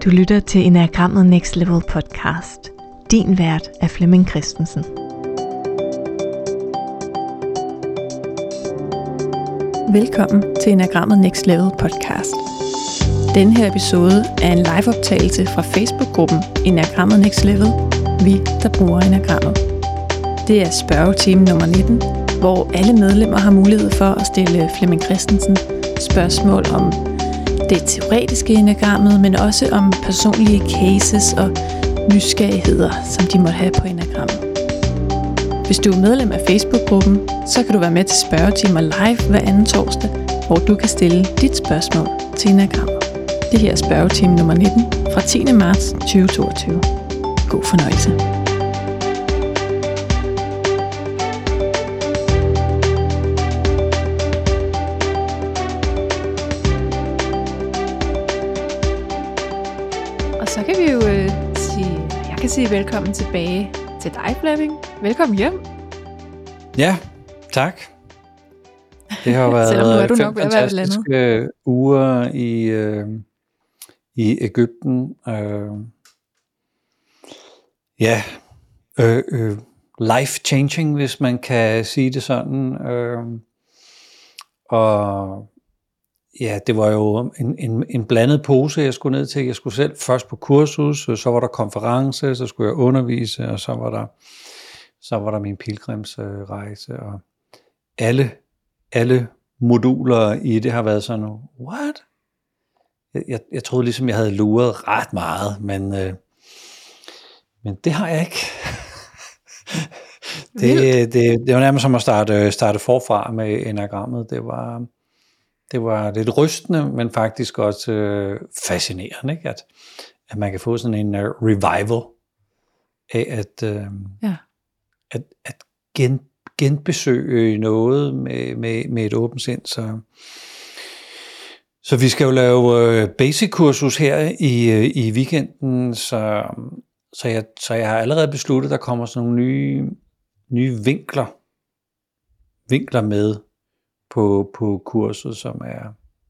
Du lytter til Enagrammet Next Level podcast. Din vært er Flemming Christensen. Velkommen til Enagrammet Next Level podcast. Denne her episode er en liveoptagelse fra Facebook-gruppen Enagrammet Next Level, vi der bruger enagrammet. Det er spørgetime nummer 19, hvor alle medlemmer har mulighed for at stille Flemming Christensen spørgsmål om det teoretiske enagrammet, men også om personlige cases og nysgerrigheder, som de måtte have på enagrammet. Hvis du er medlem af Facebook-gruppen, så kan du være med til spørgetimer live hver anden torsdag, hvor du kan stille dit spørgsmål til enagrammet. Det her er spørgetime nummer 19 fra 10. marts 2022. God fornøjelse. Og så kan vi jo jeg kan sige velkommen tilbage til dig, Flemming. Velkommen hjem. Ja, tak. Det har været 5 fantastiske uger i Egypten. Life changing, hvis man kan sige det sådan. Og ja, det var jo en blandet pose, jeg skulle ned til. Jeg skulle selv først på kursus, så var der konference, så skulle jeg undervise, og så var der min pilgrimsrejse, og alle moduler i det har været sådan, what? Jeg troede ligesom, jeg havde luret ret meget, men det har jeg ikke. Det var nærmest som at starte forfra med enagrammet. Det var lidt rystende, men faktisk også fascinerende, ikke? At man kan få sådan en revival af at genbesøge noget med et åbent sind. Så vi skal jo lave basic kursus her i weekenden, så jeg har allerede besluttet, at der kommer sådan nogle nye vinkler med på kurset, som er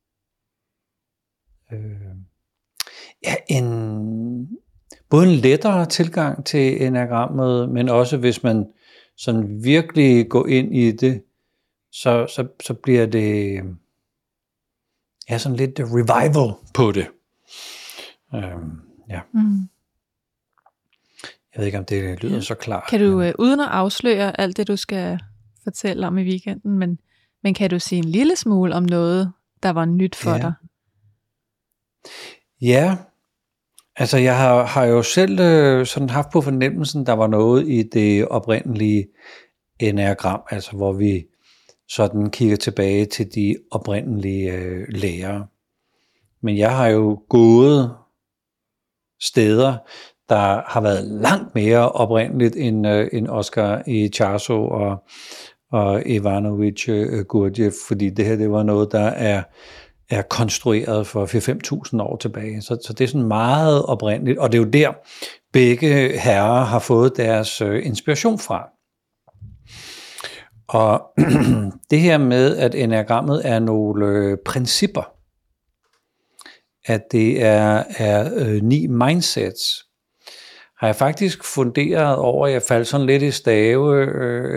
både en lettere tilgang til enagrammet, men også hvis man sådan virkelig går ind i det, så bliver det sådan lidt revival på det. Jeg ved ikke, om det lyder så klart. Kan du, uden at afsløre alt det, du skal fortælle om i weekenden, men kan du sige en lille smule om noget, der var nyt for dig? Ja, altså jeg har jo selv sådan haft på fornemmelsen, der var noget i det oprindelige enagram, altså hvor vi sådan kigger tilbage til de oprindelige lærere. Men jeg har jo gået steder, der har været langt mere oprindeligt end Oscar Ichazo og Ivanovic Gurdjieff, fordi det her, det var noget, der er konstrueret for 4-5.000 år tilbage. Så det er sådan meget oprindeligt, og det er jo der, begge herrer har fået deres inspiration fra. Og det her med, at enagrammet er nogle principper, at det er 9 mindsets, har jeg faktisk funderet over. Jeg faldt sådan lidt i stave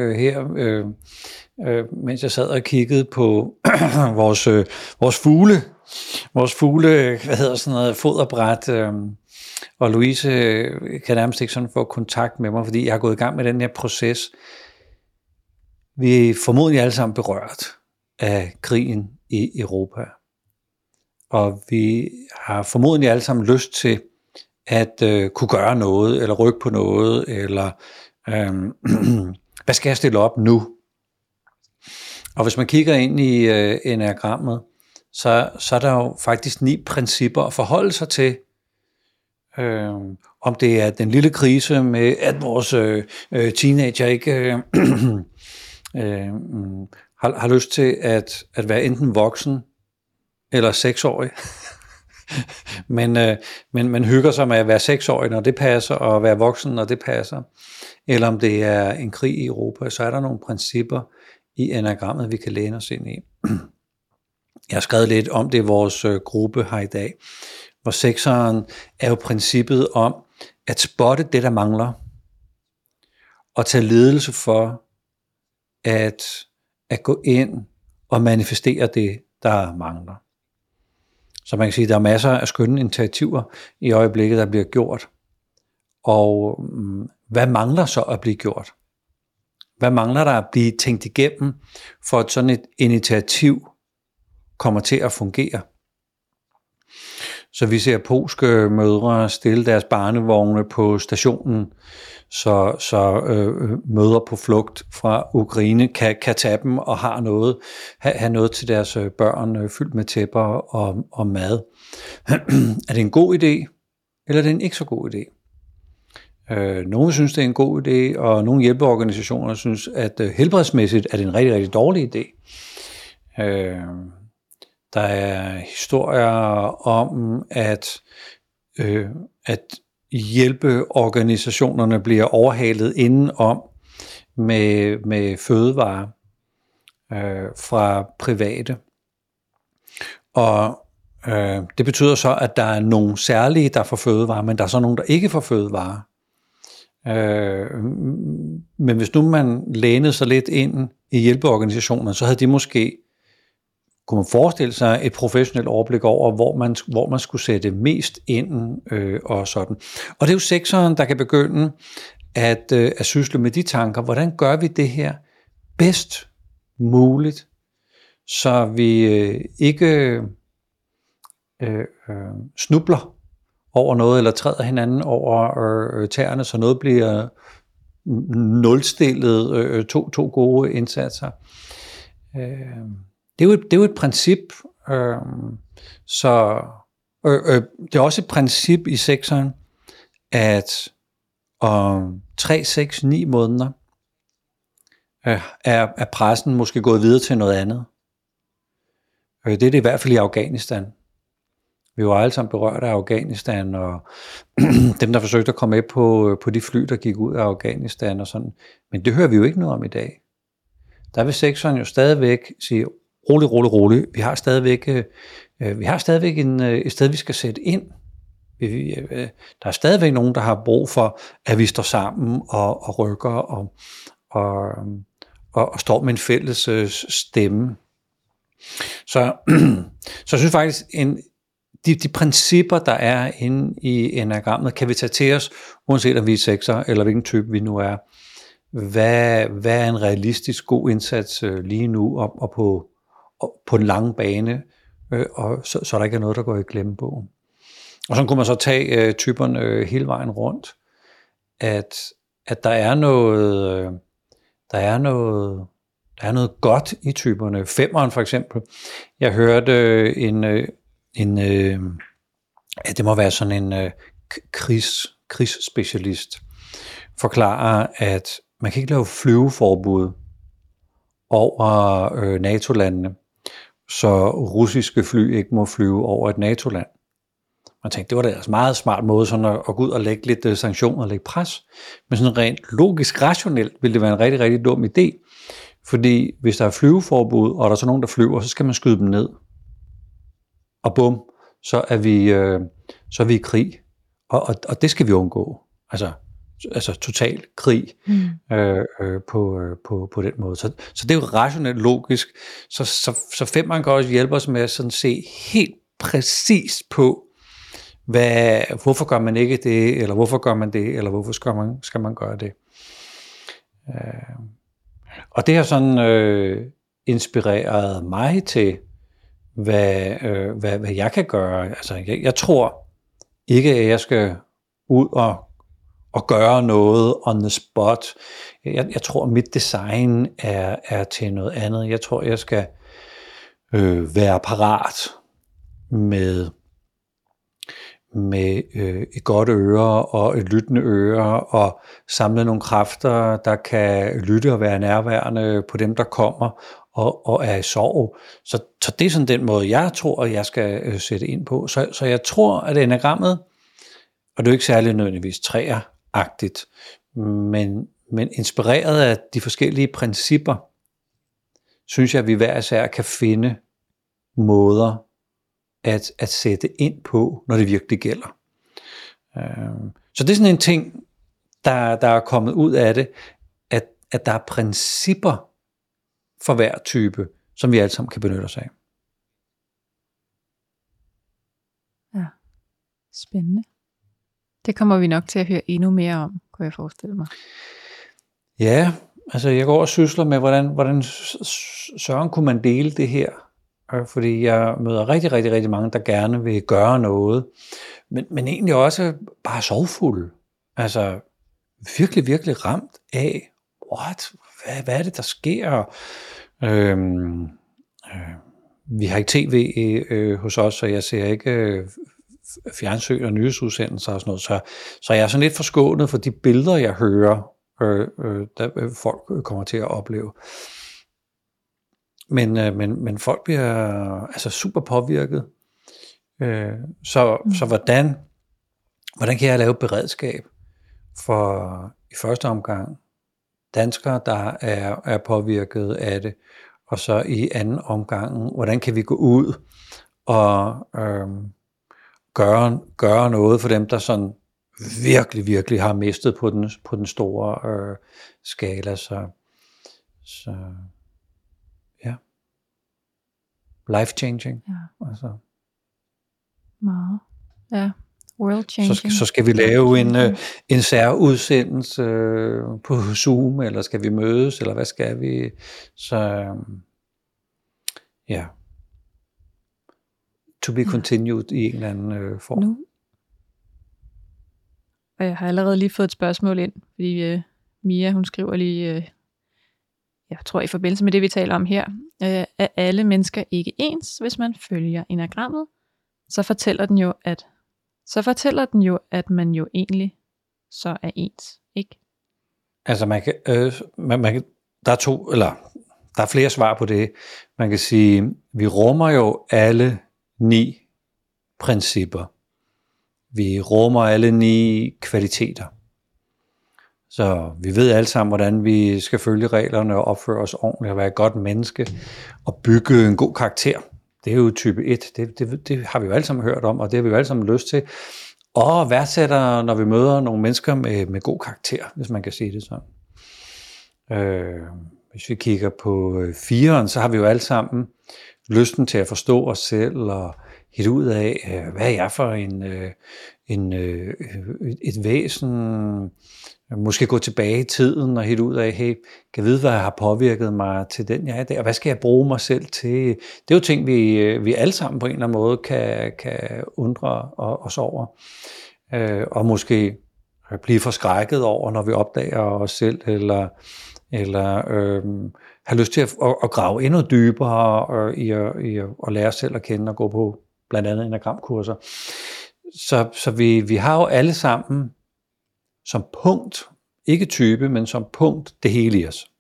mens jeg sad og kiggede på vores fugle, hvad hedder sådan noget, foderbræt, og Louise kan nærmest ikke sådan få kontakt med mig, fordi jeg har gået i gang med den her proces. Vi er formodentlig alle sammen berørt af krigen i Europa, og vi har formodentlig alle sammen lyst til at kunne gøre noget, eller rykke på noget, eller hvad skal jeg stille op nu? Og hvis man kigger ind i enagrammet, så er der jo faktisk 9 principper at forholde sig til. Om det er den lille krise med, at vores teenager ikke har lyst til at være enten voksen eller 6-årig. men hygger sig med at være 6-årig, når det passer, og være voksen, når det passer. Eller om det er en krig i Europa, så er der nogle principper i enagrammet, vi kan læne os ind i. Jeg har skrevet lidt om det i vores gruppe her i dag, Og sekseren er jo princippet om at spotte det, der mangler, og tage ledelse for at gå ind og manifestere det, der mangler. Så man kan sige, at der er masser af skønne initiativer i øjeblikket, der bliver gjort. Og hvad mangler så at blive gjort? Hvad mangler der at blive tænkt igennem, for at sådan et initiativ kommer til at fungere? Så vi ser polske mødre stille deres barnevogne på stationen, så mødre på flugt fra Ukraine kan tage dem og have noget til deres børn, fyldt med tæpper og mad. Er det en god idé, eller er det en ikke så god idé? Nogle synes, det er en god idé, og nogle hjælpeorganisationer synes, at helbredsmæssigt er det en rigtig, rigtig dårlig idé. Der er historier om, at hjælpeorganisationerne bliver overhalet indenom med fødevarer fra private. Og det betyder så, at der er nogle særlige, der får fødevarer, men der er så nogle, der ikke får fødevarer. Men hvis nu man lænede sig lidt ind i hjælpeorganisationerne, så havde de måske, kunne man forestille sig, et professionelt overblik over, hvor man skulle sætte mest ind og sådan. Og det er jo sekseren, der kan begynde at sysle med de tanker. Hvordan gør vi det her bedst muligt, så vi ikke snubler over noget, eller træder hinanden over tæerne, så noget bliver nulstillet, to gode indsatser. Det er jo et princip, så det er også et princip i sekseren, at om 3, 6, 9 måneder er pressen måske gået videre til noget andet. Det er det i hvert fald i Afghanistan. Vi var alle sammen berørt af Afghanistan, og dem, der forsøgte at komme med på de fly, der gik ud af Afghanistan og sådan. Men det hører vi jo ikke noget om i dag. Der vil sekseren jo stadigvæk sige, rolig. Vi har stadigvæk et sted, vi skal sætte ind. Der er stadigvæk nogen, der har brug for, at vi står sammen og rykker og står med en fælles stemme. Så jeg synes faktisk, de principper, der er inde i enagrammet, kan vi tage til os, uanset om vi er sekser, eller hvilken type vi nu er. Hvad er en realistisk god indsats lige nu, og på den lange bane, og så der ikke er noget, der går i glemmebogen. Og så kunne man så tage typerne hele vejen rundt, at der er noget godt i typerne. Femmeren for eksempel. Jeg hørte det må være sådan en krigsspecialist, forklarer, at man kan ikke lave flyveforbud over NATO-landene, så russiske fly ikke må flyve over et NATO-land. Man tænkte, det var da en meget smart måde sådan at gå ud og lægge lidt sanktioner og lægge pres. Men sådan rent logisk, rationelt, ville det være en rigtig, rigtig dum idé. Fordi hvis der er flyveforbud, og der er så nogen, der flyver, så skal man skyde dem ned. Og bum, så er vi i krig. Og det skal vi undgå. Altså total krig på den måde. Så det er jo rationelt logisk. Så femmeren kan også hjælpe os med at sådan se helt præcis på, hvorfor gør man ikke det, eller hvorfor gør man det, eller hvorfor skal man gøre det. Og det har sådan inspireret mig til, hvad jeg kan gøre. Altså, jeg tror ikke, at jeg skal ud og gøre noget on the spot. Jeg tror, at mit design er til noget andet. Jeg tror, jeg skal være parat med et godt øre og et lyttende øre, og samle nogle kræfter, der kan lytte og være nærværende på dem, der kommer og er i sorg. Så det er sådan den måde, jeg tror, at jeg skal sætte ind på. Så jeg tror, at enagrammet, og det er jo ikke særlig nødvendigvis træeragtigt, men inspireret af de forskellige principper, synes jeg, at vi hver især kan finde måder at sætte ind på, når det virkelig gælder. Så det er sådan en ting, der er kommet ud af det, at der er principper for hver type, som vi alle sammen kan benytte os af. Ja, spændende. Det kommer vi nok til at høre endnu mere om, kunne jeg forestille mig. Ja, altså jeg går og sysler med, hvordan søren kunne man dele det her, fordi jeg møder rigtig, rigtig, rigtig mange, der gerne vil gøre noget, men egentlig også bare sorgfulde. Altså virkelig, virkelig ramt af, hvad er det, der sker? Vi har ikke tv hos os, så jeg ser ikke fjernsyn og nyhedsudsendelser og sådan noget, så jeg er sådan lidt forskånet for de billeder, jeg hører, der folk kommer til at opleve. Men folk bliver altså super påvirket. Så hvordan kan jeg lave beredskab for i første omgang danskere, der er påvirket af det, og så i anden omgang, hvordan kan vi gå ud og gøre noget for dem, der sådan virkelig, virkelig har mistet på den store skala. Så ja. Life changing. Ja. Altså. Meget. Ja. World changing. Så skal vi lave en særudsendelse på Zoom, eller skal vi mødes, eller hvad skal vi? Så ja. To be continued i en eller anden form. Nu. Og jeg har allerede lige fået et spørgsmål ind, fordi Mia, hun skriver lige, jeg tror i forbindelse med det, vi taler om her, er alle mennesker ikke ens, hvis man følger enagrammet, så fortæller den jo, at man jo egentlig så er ens, ikke? Altså man kan, der er flere svar på det. Man kan sige, vi rummer jo alle 9 principper. Vi rummer alle 9 kvaliteter. Så vi ved alle sammen, hvordan vi skal følge reglerne og opføre os ordentligt og være et godt menneske og bygge en god karakter. Det er jo type 1. Det har vi jo alle sammen hørt om, og det har vi jo alle sammen lyst til. Og værdsætter, når vi møder nogle mennesker med god karakter, hvis man kan sige det sådan. Hvis vi kigger på 4'eren, så har vi jo alle sammen lysten til at forstå os selv og hitte ud af, hvad er jeg for et væsen, måske gå tilbage i tiden og hitte ud af, hey, kan jeg vide, hvad har påvirket mig til den, jeg er der, og hvad skal jeg bruge mig selv til? Det er jo ting, vi alle sammen på en eller anden måde kan undre os over, og måske blive forskrækket over, når vi opdager os selv, eller have lyst til at grave endnu dybere i at lære os selv at kende og gå på blandt andet enagramkurser. Så vi har jo alle sammen som punkt, ikke type, men som punkt, det hele i os.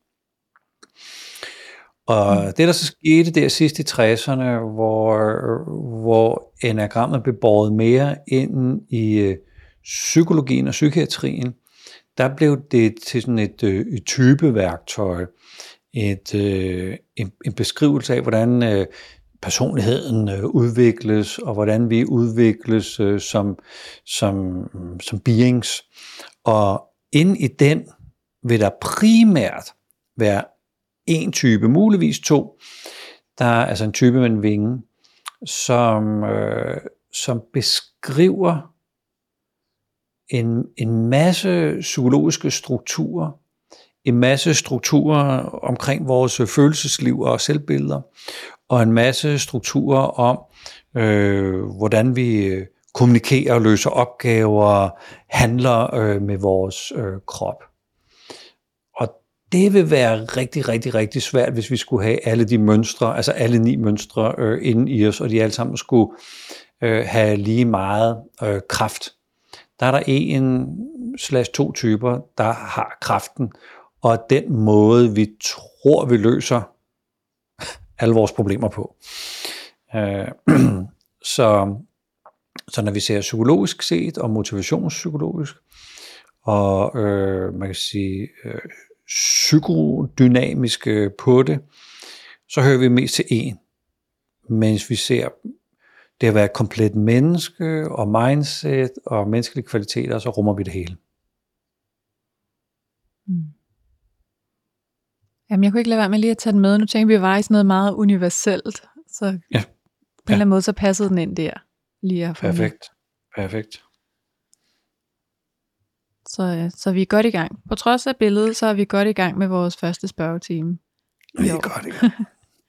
Og det, der så skete der sidst i 60'erne, hvor enagrammet blev båret mere ind i psykologien og psykiatrien, der blev det til sådan et typeværktøj, en beskrivelse af, hvordan personligheden udvikles, og hvordan vi udvikles som beings. Og inde i den vil der primært være en type, muligvis 2, der er altså en type med en vinge, som beskriver en masse psykologiske strukturer, en masse strukturer omkring vores følelsesliv og selvbilleder, og en masse strukturer om, hvordan vi kommunikerer og løser opgaver, handler med vores krop. Og det vil være rigtig, rigtig, rigtig svært, hvis vi skulle have alle de mønstre, altså alle 9 mønstre inde i os, og de alle sammen skulle have lige meget kraft. Der er der 1/2 typer, der har kraften, og den måde, vi tror, vi løser alle vores problemer på. Så når vi ser psykologisk set, og motivationspsykologisk, og man kan sige psykodynamisk på det, så hører vi mest til 1. Mens vi ser Det at være et komplet menneske og mindset og menneskelige kvaliteter, så rummer vi det hele. Jamen, jeg kunne ikke lade være med lige at tage den med. Nu tænkte vi var i sådan noget meget universelt, så på en eller anden måde, så passede den ind der. Lige at Perfekt. Så vi er godt i gang. På trods af billedet, så er vi godt i gang med vores første spørgetime. Vi er godt i gang.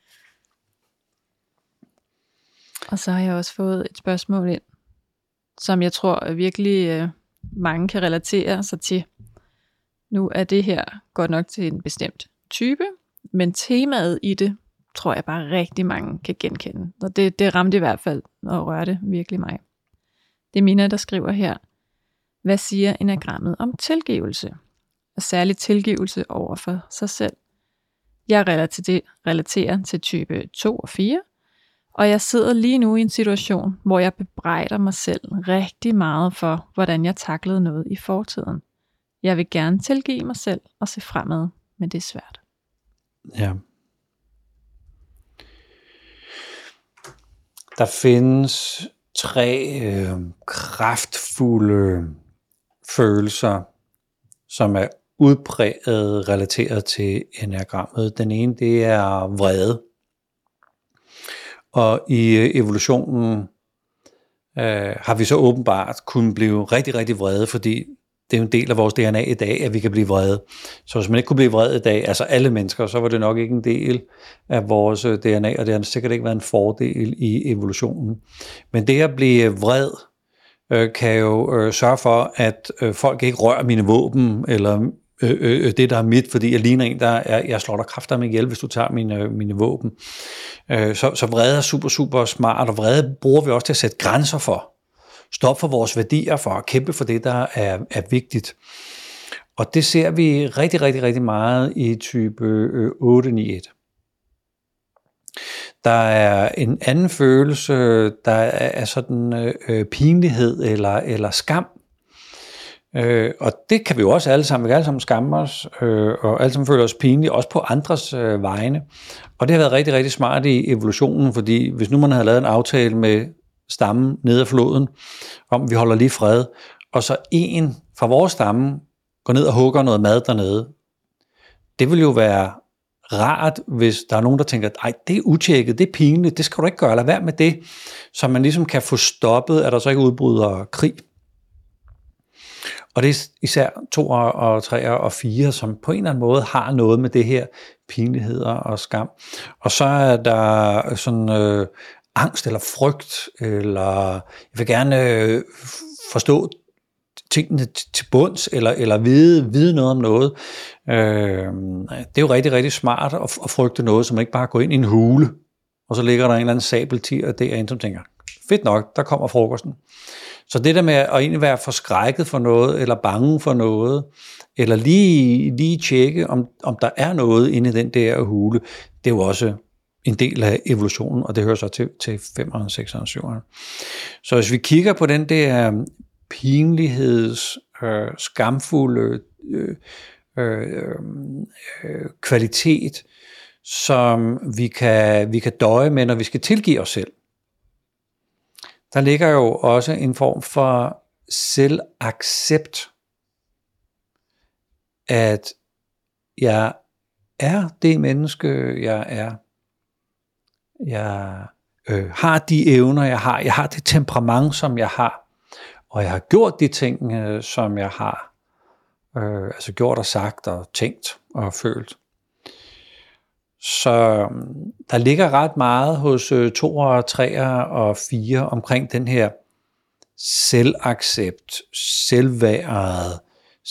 Og så har jeg også fået et spørgsmål ind, som jeg tror virkelig mange kan relatere sig til. Nu er det her godt nok til en bestemt type, men temaet i det, tror jeg bare rigtig mange kan genkende. Og det ramte i hvert fald og rørte virkelig mig. Det er Mina, der skriver her: hvad siger enagrammet om tilgivelse? Og særligt tilgivelse over for sig selv. Jeg relaterer til type 2 og 4, og jeg sidder lige nu i en situation, hvor jeg bebrejder mig selv rigtig meget for, hvordan jeg taklede noget i fortiden. Jeg vil gerne tilgive mig selv og se fremad, men det er svært. Ja. Der findes 3 kraftfulde følelser, som er udpræget relateret til enagrammet. Den ene, det er vrede. Og i evolutionen har vi så åbenbart kunnet blive rigtig, rigtig vrede, fordi det er en del af vores DNA i dag, at vi kan blive vrede. Så hvis man ikke kunne blive vred i dag, altså alle mennesker, så var det nok ikke en del af vores DNA, og det har sikkert ikke været en fordel i evolutionen. Men det at blive vred kan jo sørge for, at folk ikke rører mine våben, eller det, der er mit, fordi jeg ligner en, jeg slår dig kraftedeme ihjel, hvis du tager mine våben. Så vrede er super, super smart, og vrede bruger vi også til at sætte grænser for. Stop for vores værdier, for at kæmpe for det, der er vigtigt. Og det ser vi rigtig, rigtig, rigtig meget i type 891. Der er en anden følelse, der er sådan pinlighed eller skam. Og det kan vi jo også alle sammen. Vi kan alle sammen skamme os, og alle sammen føler os pinlige, også på andres vegne. Og det har været rigtig, rigtig smart i evolutionen, fordi hvis nu man havde lavet en aftale med stammen nede af floden, om vi holder lige fred, og så en fra vores stamme går ned og hugger noget mad dernede. Det vil jo være rart, hvis der er nogen, der tænker, ej, det er utjekket, det er pinligt, det skal du ikke gøre, lad være med det, så man ligesom kan få stoppet, at der så ikke udbryder krig. Og det er især 2 og 3 og 4, som på en eller anden måde har noget med det her pinligheder og skam. Og så er der sådan angst eller frygt, eller jeg vil gerne forstå tingene til bunds, eller vide noget om noget. Det er jo rigtig, rigtig smart at frygte noget, som ikke bare går ind i en hule, og så ligger der en eller anden sabeltiger derinde, som tænker, fedt nok, der kommer frokosten. Så det der med at egentlig være forskrækket for noget, eller bange for noget, eller lige tjekke, om der er noget inde i den der hule, det er jo også en del af evolutionen, og det hører så til 5'eren, 6'eren, 7'eren. Så hvis vi kigger på den der pinligheds, skamfulde kvalitet, som vi kan døje med, når vi skal tilgive os selv, der ligger jo også en form for selvaccept, at jeg er det menneske, jeg er. Jeg har de evner, jeg har det temperament, som jeg har, og jeg har gjort de ting, som jeg har, altså gjort og sagt og tænkt og følt. Så der ligger ret meget hos 2'ere, 3'ere og 4 omkring den her selvaccept, selvværdet,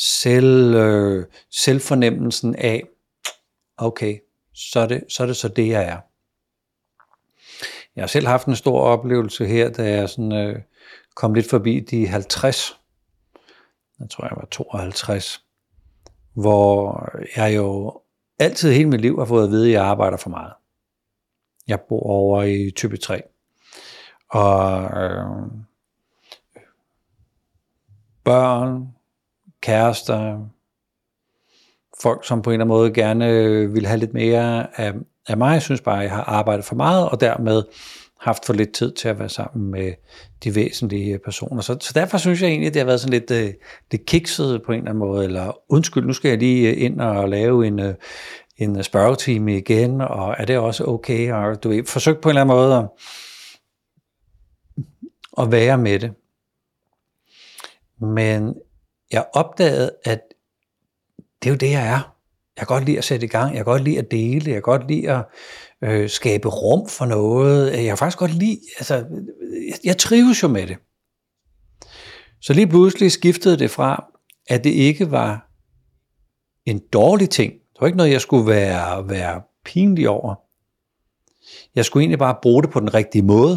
selvfornemmelsen af, okay, så er det, jeg er. Jeg har selv haft en stor oplevelse her, da jeg sådan, kom lidt forbi de 50. Jeg tror, jeg var 52. Hvor jeg jo altid hele mit liv har fået at vide, at jeg arbejder for meget. Jeg bor over i type 3. Og børn, kærester, folk, som på en eller anden måde gerne vil have lidt mere af mig, synes bare, at jeg har arbejdet for meget, og dermed haft for lidt tid til at være sammen med de væsentlige personer. Så derfor synes jeg egentlig, at det har været sådan lidt kikset på en eller anden måde, eller undskyld, nu skal jeg lige ind og lave en spørgetime igen, og er det også okay? Og du har forsøgt på en eller anden måde at være med det. Men jeg opdagede, at det er jo det, jeg er. Jeg kan godt lide at sætte i gang, jeg kan godt lide at dele, jeg kan godt lide at skabe rum for noget. Jeg kan faktisk godt lide, jeg trives jo med det. Så lige pludselig skiftede det fra, at det ikke var en dårlig ting. Det var ikke noget, jeg skulle være pinlig over. Jeg skulle egentlig bare bruge det på den rigtige måde.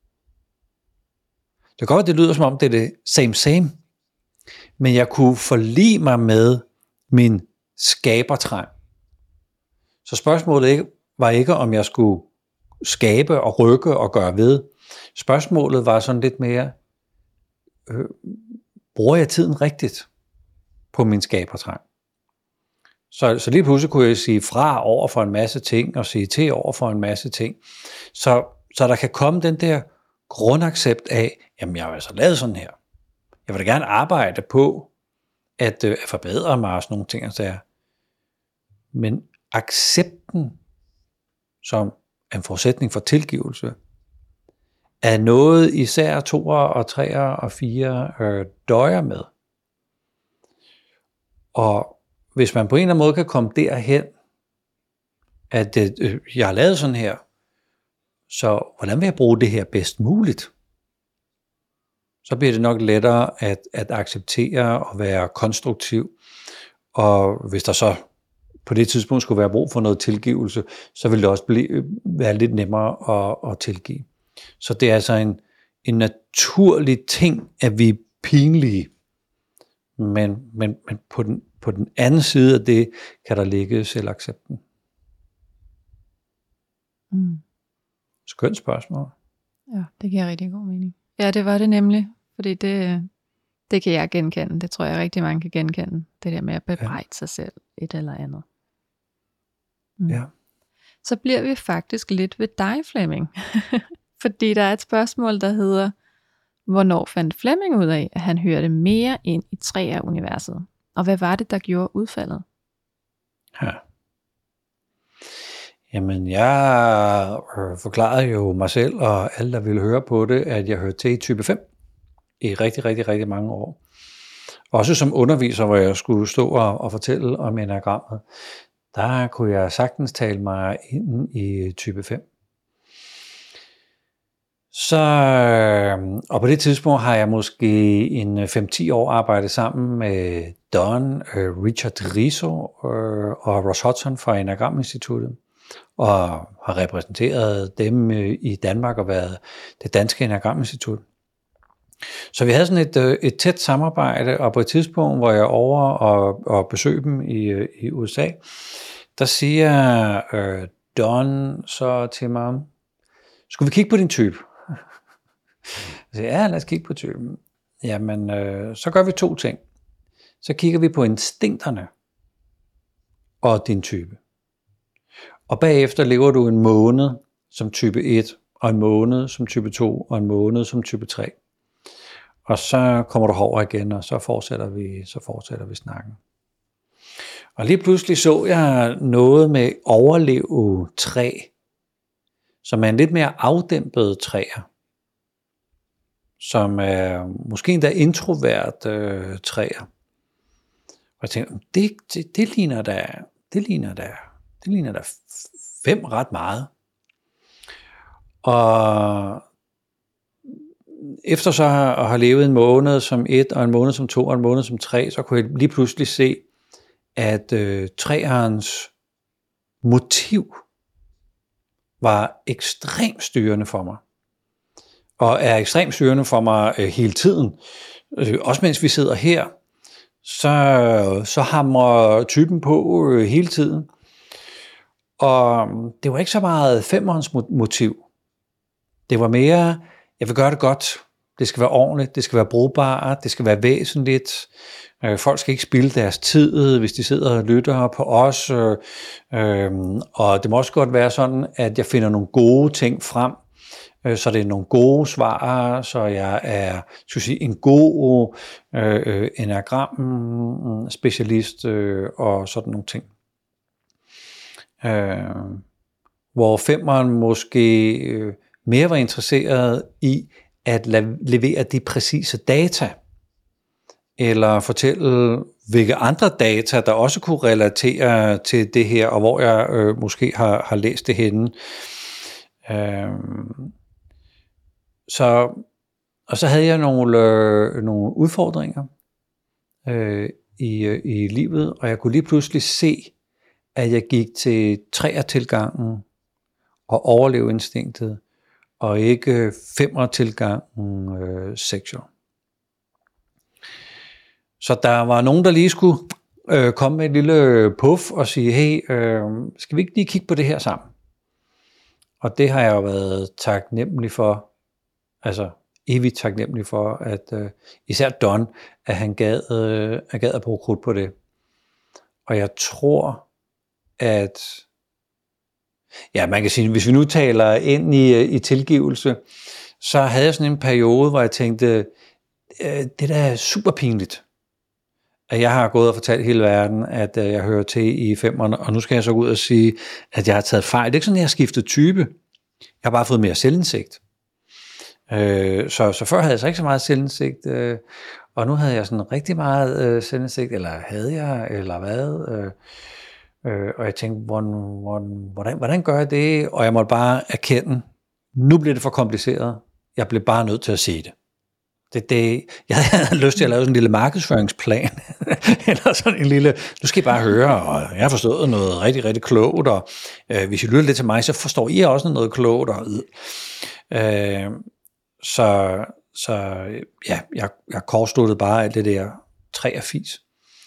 Det kan godt, det lyder som om, det er det same. Men jeg kunne forlige mig med min skabertrang. Så spørgsmålet var ikke, om jeg skulle skabe og rykke og gøre ved. Spørgsmålet var sådan lidt mere, bruger jeg tiden rigtigt på min skabertrang? Så lige pludselig kunne jeg sige fra over for en masse ting, og sige til over for en masse ting. Så der kan komme den der grundaccept af, jamen jeg har altså lavet sådan her. Jeg vil da gerne arbejde på at forbedre mig og sådan nogle ting. Men accepten som en forudsætning for tilgivelse, er noget især 2'er og 3'er og 4'er døjer med. Og hvis man på en eller anden måde kan komme derhen, at jeg har lavet sådan her, så hvordan vil jeg bruge det her bedst muligt? Så bliver det nok lettere at acceptere og være konstruktiv. Og hvis der så på det tidspunkt skulle være brug for noget tilgivelse, så vil det også være lidt nemmere at tilgive. Så det er altså en naturlig ting, at vi er pinlige. Men på den anden side af det, kan der ligge selvaccepten. Skønt spørgsmål. Ja, det giver rigtig god mening. Ja, det var det nemlig. Fordi det kan jeg genkende. Det tror jeg rigtig mange kan genkende. Det der med at bebrejde sig selv et eller andet. Ja. Så bliver vi faktisk lidt ved dig, Flemming. Fordi der er et spørgsmål, der hedder, hvornår fandt Flemming ud af, at han hørte mere ind i 3'er-universet? Og hvad var det, der gjorde udfaldet? Ja. Jamen, jeg forklarede jo mig selv, og alle, der ville høre på det, at jeg hørte til i type 5 i rigtig, rigtig, rigtig mange år. Også som underviser, hvor jeg skulle stå og fortælle om enagrammet, der kunne jeg sagtens tale mig ind i type 5. Og på det tidspunkt har jeg måske en 5-10 år arbejdet sammen med Don, Richard Riso og Ross Hudson fra Enagram-instituttet, og har repræsenteret dem i Danmark og været det danske Enagram-institut. Så vi havde sådan et tæt samarbejde, og på et tidspunkt, hvor jeg er over og besøger dem i USA, der siger Don så til mig, skulle vi kigge på din type? Jeg siger, ja, lad os kigge på typen. Jamen, så gør vi 2 ting. Så kigger vi på instinkterne og din type. Og bagefter lever du en måned som type 1, og en måned som type 2, og en måned som type 3. Og så kommer du over igen, og så fortsætter vi snakken. Og lige pludselig så jeg noget med overleve træ, som er en lidt mere afdæmpet træer, som er måske endda introvert træer. Og jeg tænkte, det ligner da 5 ret meget. Og efter så at have levet en måned som 1, og en måned som 2, og en måned som 3, så kunne jeg lige pludselig se, at træernes motiv var ekstremt styrende for mig. Og er ekstremt styrende for mig hele tiden. Også mens vi sidder her, så hamrer typen på hele tiden. Og det var ikke så meget 5'erens motiv. Det var mere, jeg vil gøre det godt. Det skal være ordentligt, det skal være brugbart, det skal være væsentligt. Folk skal ikke spilde deres tid, hvis de sidder og lytter på os. Og det må også godt være sådan, at jeg finder nogle gode ting frem, så det er nogle gode svar, så jeg er en god enagram specialist og sådan nogle ting. Hvor femmeren måske mere var interesseret i at levere de præcise data, eller fortælle, hvilke andre data, der også kunne relatere til det her, og hvor jeg måske har læst det henne. Og så havde jeg nogle udfordringer i livet, og jeg kunne lige pludselig se, at jeg gik til 3'er-tilgangen og overleveinstinktet, og ikke 5'er-tilgangen sexual. Så der var nogen, der lige skulle komme med et lille puff og sige, hey, skal vi ikke lige kigge på det her sammen? Og det har jeg jo været taknemmelig for, altså evigt taknemmelig for, at især Don, at han gad at bruge krudt på det. Og jeg tror, at ja, man kan sige, hvis vi nu taler ind i tilgivelse, så havde jeg sådan en periode, hvor jeg tænkte, det der er super pinligt, at jeg har gået og fortalt hele verden, at jeg hører til i 5'erne, og nu skal jeg så gå ud og sige, at jeg har taget fejl. Det er ikke sådan, at jeg har skiftet type. Jeg har bare fået mere selvindsigt. Så før havde jeg så ikke så meget selvindsigt, og nu havde jeg sådan rigtig meget selvindsigt, eller havde jeg, eller hvad? Og jeg tænkte, hvordan gør jeg det? Og jeg måtte bare erkende, nu bliver det for kompliceret. Jeg blev bare nødt til at se det. Jeg havde lyst til at lave sådan en lille markedsføringsplan, eller sådan en lille, nu skal I bare høre, og jeg har forstået noget rigtig, rigtig klogt, og hvis I lytter lidt til mig, så forstår I også noget klogt, og jeg kortsluttede bare alt det der 3 og fis,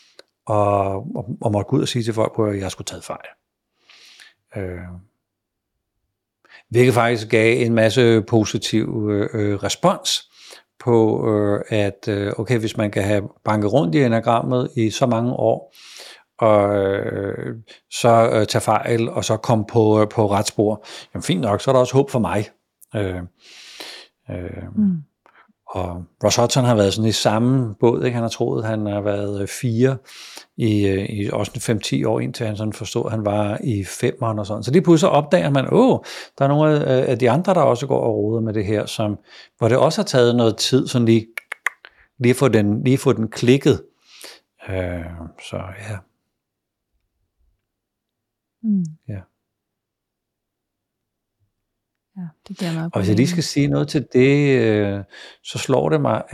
og måtte gå ud og sige til folk, at jeg skulle tage fejl. Hvilket faktisk gav en masse positiv respons på, at okay, hvis man kan have banket rundt i enagrammet i så mange år, og så tage fejl, og så komme på ret spor, jamen fint nok, så er der også håb for mig. Og Ross Hudson har været sådan i samme båd, ikke? Han har troet, han har været 4 i også 5-10 år, indtil han sådan forstod, at han var i 5'eren og sådan. Så lige pludselig opdager man, der er nogle af de andre, der også går og roder med det her, hvor det også har taget noget tid, sådan lige få den klikket. Så ja. Ja. Ja, det giver meget. Og hvis jeg lige skal sige noget til det, så slår det mig,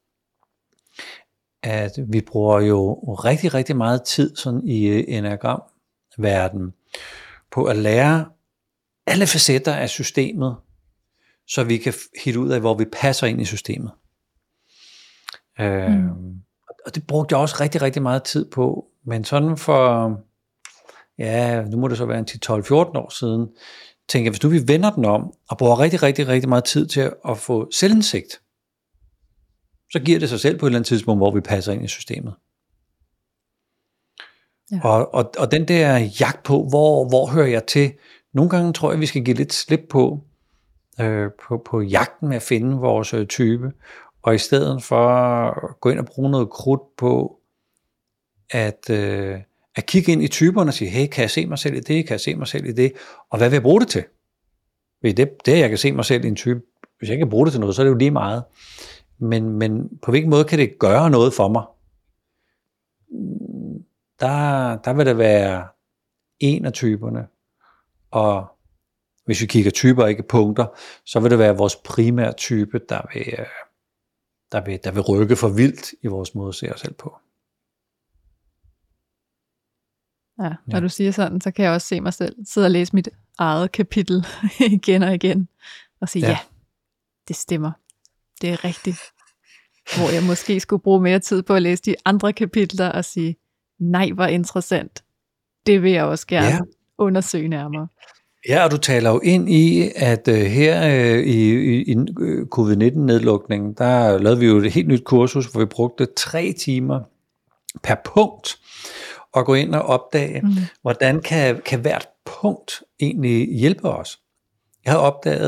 at vi bruger jo rigtig, rigtig meget tid sådan i enagramverdenen på at lære alle facetter af systemet, så vi kan hitte ud af, hvor vi passer ind i systemet. Og det brugte jeg også rigtig, rigtig meget tid på, men sådan for, ja, nu må det så være en 10-12-14 år siden, tænker jeg, hvis nu vi vender den om, og bruger rigtig, rigtig, rigtig meget tid til at få selvindsigt, så giver det sig selv på et eller andet tidspunkt, hvor vi passer ind i systemet. Ja. Og den der jagt på, hvor hører jeg til, nogle gange tror jeg, vi skal give lidt slip på jagten med at finde vores type, og i stedet for at gå ind og bruge noget krudt på, at kigge ind i typerne og sige, hey, kan jeg se mig selv i det, kan jeg se mig selv i det, og hvad vil jeg bruge det til? Det jeg kan se mig selv i en type, hvis jeg ikke kan bruge det til noget, så er det jo lige meget. Men på hvilken måde kan det gøre noget for mig? Der vil det være en af typerne, og hvis vi kigger typer, ikke punkter, så vil det være vores primære type, der vil rykke for vildt i vores måde at se os selv på. Ja, når du siger sådan, så kan jeg også se mig selv sidde og læse mit eget kapitel igen og igen, og sige, ja, det stemmer. Det er rigtigt. Hvor jeg måske skulle bruge mere tid på at læse de andre kapitler og sige, nej, hvor interessant. Det vil jeg også gerne undersøge nærmere. Ja, og du taler jo ind i, at her i covid-19-nedlukningen, der lavede vi jo et helt nyt kursus, hvor vi brugte 3 timer per punkt, og gå ind og opdage, hvordan kan hvert punkt egentlig hjælpe os. Jeg har opdaget,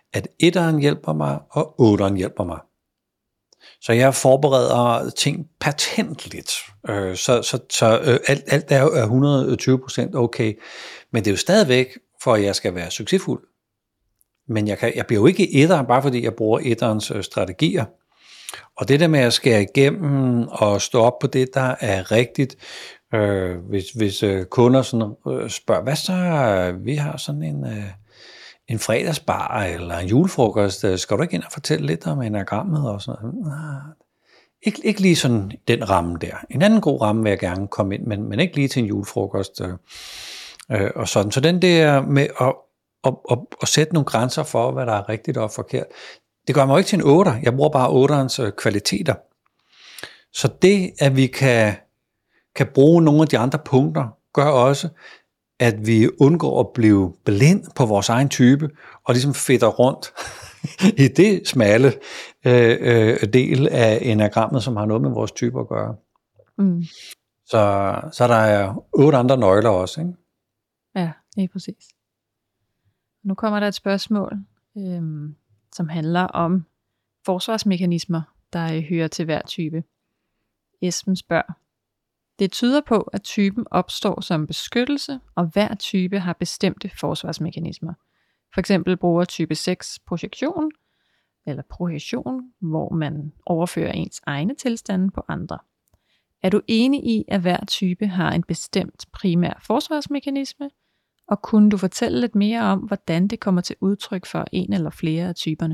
at 1'eren hjælper mig, og 8'eren hjælper mig. Så jeg forbereder ting patentligt. Så alt er 120% okay. Men det er jo stadigvæk, for at jeg skal være succesfuld. Men jeg bliver jo ikke 1'er, bare fordi jeg bruger 1'erens strategier. Og det der med at skære igennem og stå op på det, der er rigtigt, hvis kunder sådan, spørger, hvad så, vi har sådan en fredagsbar eller en julefrokost, skal du ikke ind og fortælle lidt om enagrammet og sådan noget? Ikke lige sådan den ramme der. En anden god ramme vil jeg gerne komme ind, men ikke lige til en julefrokost og sådan. Så den der med at sætte nogle grænser for, hvad der er rigtigt og forkert, det gør mig ikke til en 8'er. Jeg bruger bare 8'erens kvaliteter. Så det, at vi kan bruge nogle af de andre punkter, gør også, at vi undgår at blive blind på vores egen type, og ligesom fedter rundt i det smalle del af enagrammet, som har noget med vores type at gøre. Mm. Så der er 8 andre nøgler også, ikke? Ja, lige præcis. Nu kommer der et spørgsmål, som handler om forsvarsmekanismer, der hører til hver type. Esben spørger: det tyder på, at typen opstår som beskyttelse, og hver type har bestemte forsvarsmekanismer. For eksempel bruger type 6 projektion, hvor man overfører ens egne tilstande på andre. Er du enig i, at hver type har en bestemt primær forsvarsmekanisme, og kunne du fortælle lidt mere om, hvordan det kommer til udtryk for en eller flere af typerne?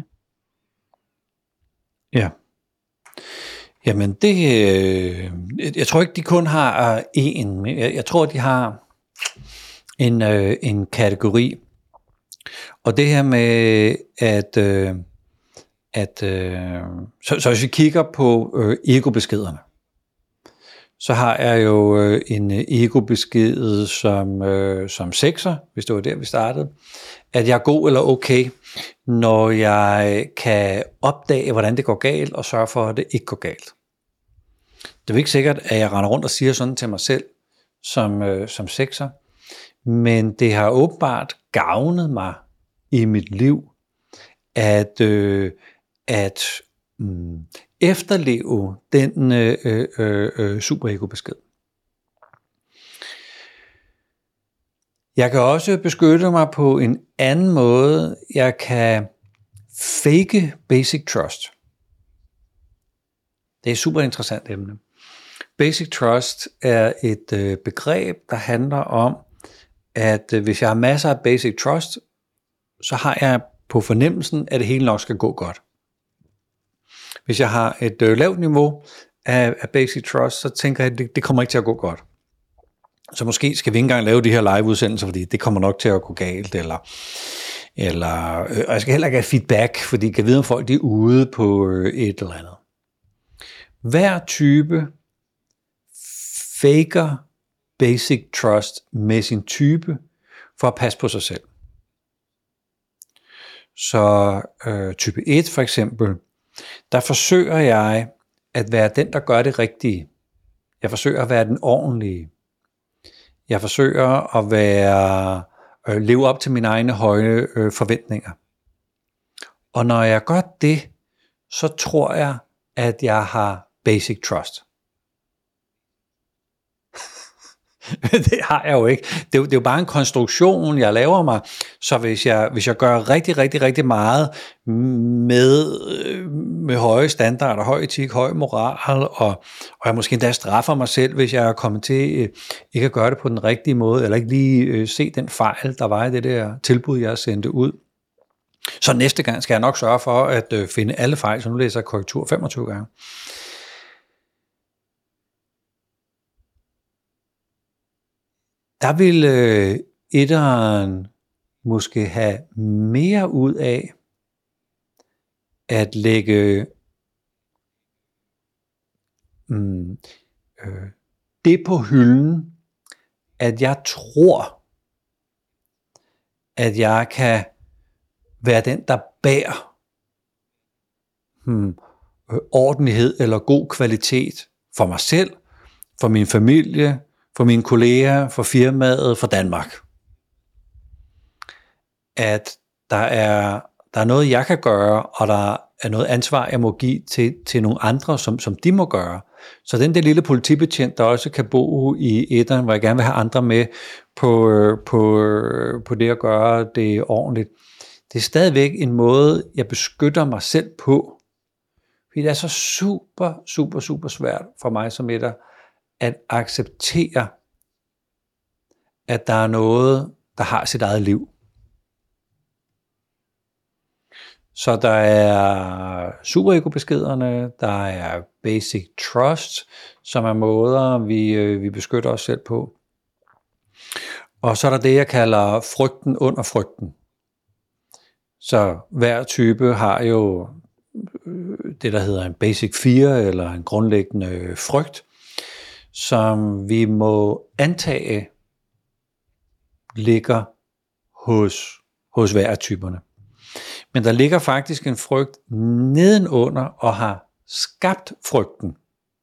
Ja. Jamen det, jeg tror ikke, de kun har én. Jeg tror, de har en kategori. Og det her med, så hvis vi kigger på ego-beskederne, så har jeg jo en ego-besked som 6'er, hvis det var der, vi startede, at jeg er god eller okay, når jeg kan opdage, hvordan det går galt, og sørge for, at det ikke går galt. Det er jo ikke sikkert, at jeg render rundt og siger sådan til mig selv, som 6'er, men det har åbenbart gavnet mig i mit liv, at efterleve den superego-besked. Jeg kan også beskytte mig på en anden måde. Jeg kan fake basic trust. Det er et super interessant emne. Basic trust er et begreb, der handler om, at hvis jeg har masser af basic trust, så har jeg på fornemmelsen, at det hele nok skal gå godt. Hvis jeg har et lavt niveau af basic trust, så tænker jeg, at det kommer ikke til at gå godt. Så måske skal vi ikke engang lave de her live-udsendelser, fordi det kommer nok til at gå galt, eller og jeg skal heller ikke have feedback, fordi jeg kan vide, om folk de er ude på et eller andet. Hver type faker basic trust med sin type for at passe på sig selv. Så type 1 for eksempel, der forsøger jeg at være den, der gør det rigtige. Jeg forsøger at være den ordentlige. Jeg forsøger at leve op til mine egne høje forventninger. Og når jeg gør det, så tror jeg, at jeg har basic trust. Det har jeg jo ikke. Det er jo bare en konstruktion, jeg laver mig. Så hvis jeg gør rigtig, rigtig, rigtig meget med høje standarder, høj etik, høj moral, og jeg måske endda straffer mig selv, hvis jeg er kommet til ikke at gøre det på den rigtige måde, eller ikke lige se den fejl, der var i det der tilbud, jeg sendte ud. Så næste gang skal jeg nok sørge for at finde alle fejl, så nu læser jeg korrektur 25 gange. Der vil etteren måske have mere ud af at lægge det på hylden, at jeg tror, at jeg kan være den, der bærer ordentlighed eller god kvalitet for mig selv, for min familie, for mine kolleger, for firmaet, for Danmark. At der er noget, jeg kan gøre, og der er noget ansvar, jeg må give til nogle andre, som de må gøre. Så den der lille politibetjent, der også kan bo i etteren, hvor jeg gerne vil have andre med på det at gøre det ordentligt, det er stadigvæk en måde, jeg beskytter mig selv på. Fordi det er så super svært for mig som etter at acceptere, at der er noget, der har sit eget liv. Så der er superego-beskederne, der er basic trust, som er måder, vi beskytter os selv på. Og så er der det, jeg kalder frygten under frygten. Så hver type har jo det, der hedder en basic fear, eller en grundlæggende frygt, som vi må antage ligger hos hver af typerne. Men der ligger faktisk en frygt nedenunder og har skabt frygten.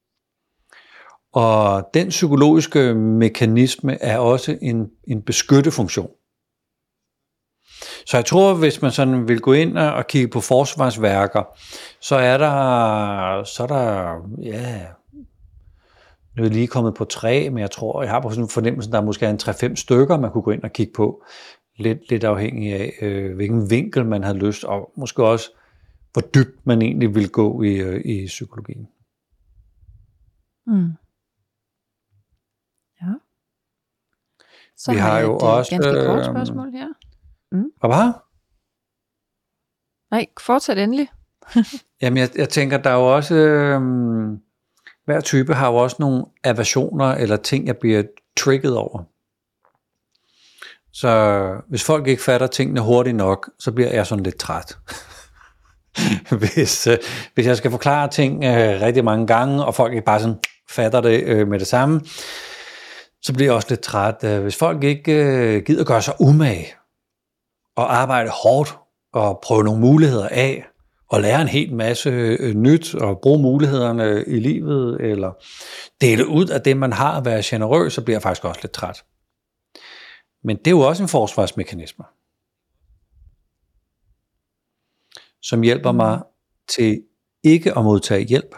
Og den psykologiske mekanisme er også en beskyttefunktion. Så jeg tror, hvis man sådan vil gå ind og kigge på forsvarsværker, så er der nu er lige kommet på 3, men jeg har på sådan en fornemmelse, der er måske en 3-5 stykker, man kunne gå ind og kigge på. Lidt afhængig af, hvilken vinkel man havde lyst, og måske også, hvor dybt man egentlig vil gå i psykologien. Mm. Ja. Så vi har jo også ganske kort spørgsmål her. Hvad? Nej, fortsæt endelig. Jamen, jeg tænker, der er jo også hver type har jo også nogle aversioner eller ting, jeg bliver trigget over. Så hvis folk ikke fatter tingene hurtigt nok, så bliver jeg sådan lidt træt. hvis jeg skal forklare ting rigtig mange gange, og folk ikke bare sådan fatter det med det samme, så bliver jeg også lidt træt. Hvis folk ikke gider gøre sig umage, og arbejde hårdt, og prøve nogle muligheder af, og lære en hel masse nyt, og bruge mulighederne i livet, eller dele ud af det, man har, at være generøs, så bliver jeg faktisk også lidt træt. Men det er jo også en forsvarsmekanisme, som hjælper mig til ikke at modtage hjælp.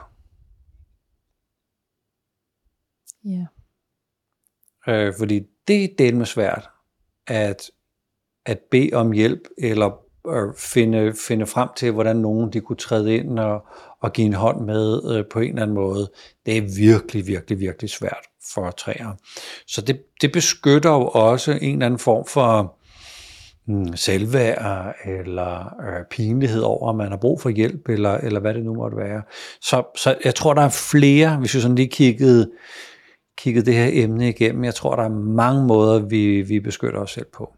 Ja. Fordi det er delt svært at bede om hjælp, eller finde frem til, hvordan nogen de kunne træde ind og give en hånd med på en eller anden måde. Det er virkelig svært for træer. Så det beskytter jo også en eller anden form for selvværd eller pinlighed over, at man har brug for hjælp, eller hvad det nu måtte være. Så jeg tror, der er flere, hvis vi sådan lige kiggede det her emne igennem, jeg tror, der er mange måder, vi beskytter os selv på.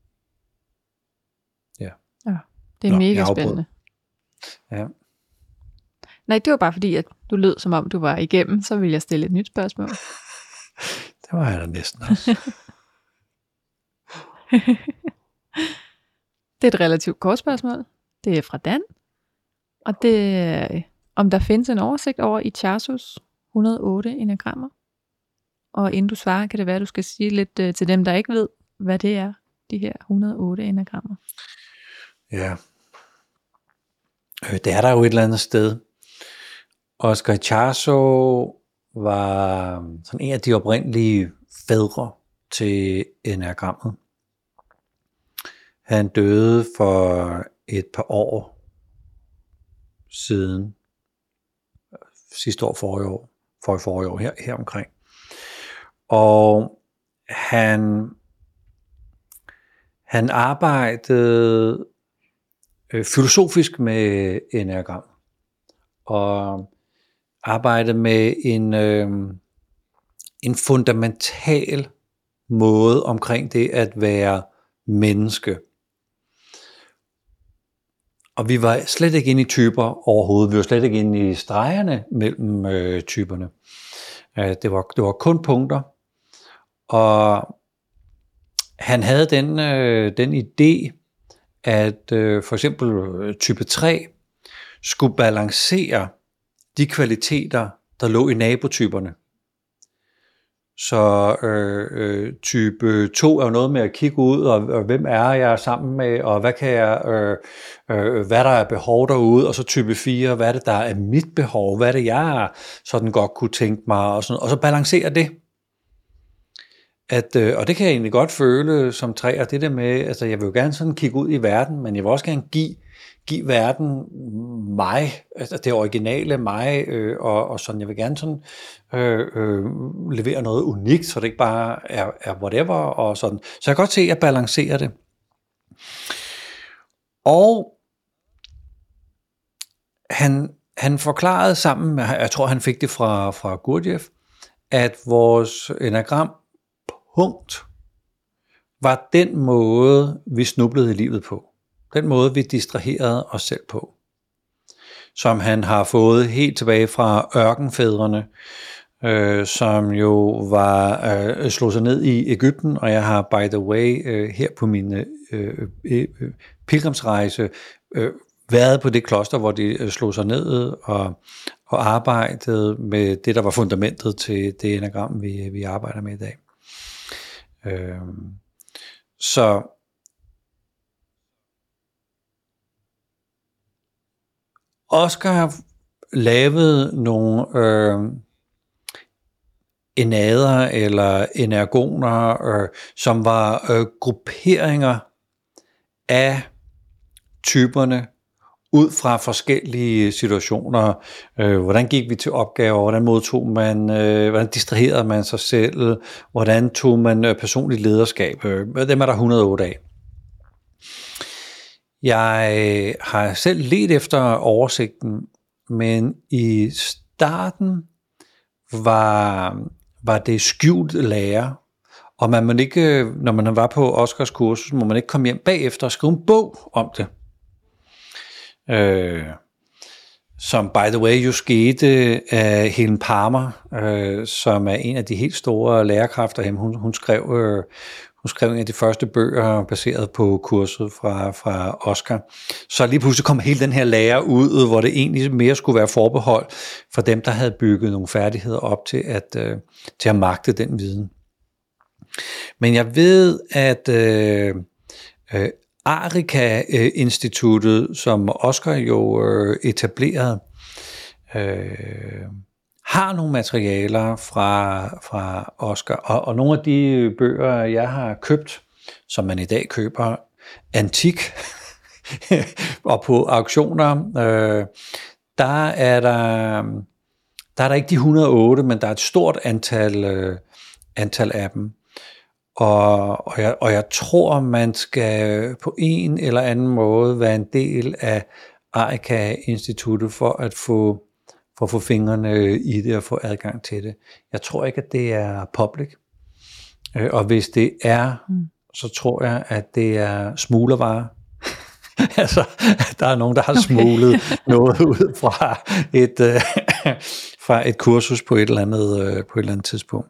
Ja, det er mega spændende. Ja. Nej, det var bare fordi, at du lød, som om du var igennem, så ville jeg stille et nyt spørgsmål. Det var jeg da næsten også. Det er et relativt kort spørgsmål. Det er fra Dan. Og det er, om der findes en oversigt over Icharsos 108 enagrammer. Og inden du svarer, kan det være, at du skal sige lidt til dem, der ikke ved, hvad det er, de her 108 enagrammer. Ja. Det er der jo et eller andet sted. Oscar Icharso var sådan en af de oprindelige fædre til enagrammet. Han døde for et par år siden. Sidste år, forrige år her omkring. Og han arbejdede filosofisk med enagram, og arbejdede med en fundamental måde omkring det at være menneske. Og vi var slet ikke inde i typer overhovedet. Vi var slet ikke inde i stregerne mellem typerne. Det var kun punkter. Og han havde den idé, at for eksempel type 3 skulle balancere de kvaliteter, der lå i nabotyperne. Så type 2 er jo noget med at kigge ud, og hvem er jeg sammen med, og hvad kan jeg, hvad der er behov derude, og så type 4, hvad er det, der er mit behov, hvad er det, jeg sådan godt kunne tænke mig, og så balancere det. Og det kan jeg egentlig godt føle som 3, og det der med, altså jeg vil jo gerne sådan kigge ud i verden, men jeg vil også gerne give verden mig, altså det originale mig, og sådan, jeg vil gerne sådan levere noget unikt, så det ikke bare er whatever, og sådan. Så jeg kan godt se, at jeg balancerer det. Og han forklarede sammen med, jeg tror han fik det fra Gurdjieff, at vores enagram punkt var den måde, vi snublede i livet på. Den måde, vi distraherede os selv på. Som han har fået helt tilbage fra ørkenfædrene, som jo var slået sig ned i Egypten, og jeg har, by the way, her på min pilgrimsrejse, været på det kloster, hvor de slog sig ned og arbejdede med det, der var fundamentet til det enagram, vi arbejder med i dag. Så Oscar lavede nogle enader eller energoner, som var grupperinger af typerne ud fra forskellige situationer. Hvordan gik vi til opgaver? Hvordan modtog man? Hvordan distraherede man sig selv? Hvordan tog man personligt lederskab? Dem er der 108 af. Jeg har selv ledt efter oversigten, men i starten var det skjult lære, og man må ikke, når man var på Oscars kursus, må man ikke komme hjem bagefter og skrive en bog om det. Som by the way jo skete af Helen Palmer, som er en af de helt store lærerkræfter. Hun skrev en af de første bøger baseret på kurset fra Oscar. Så lige pludselig kom hele den her lære ud, hvor det egentlig mere skulle være forbehold for dem, der havde bygget nogle færdigheder op til at magte den viden. Men jeg ved, at Arica-instituttet, som Oscar jo etablerede, har nogle materialer fra Oscar, og nogle af de bøger, jeg har købt, som man i dag køber antik, og på auktioner, der er der ikke de 108, men der er et stort antal af dem. Og jeg tror, man skal på en eller anden måde være en del af Arica-instituttet for at få fingrene i det og få adgang til det. Jeg tror ikke, at det er public. Og hvis det er, så tror jeg, at det er smuglervarer. Altså, der er nogen, der har smuglet noget ud fra et kursus på et eller andet tidspunkt.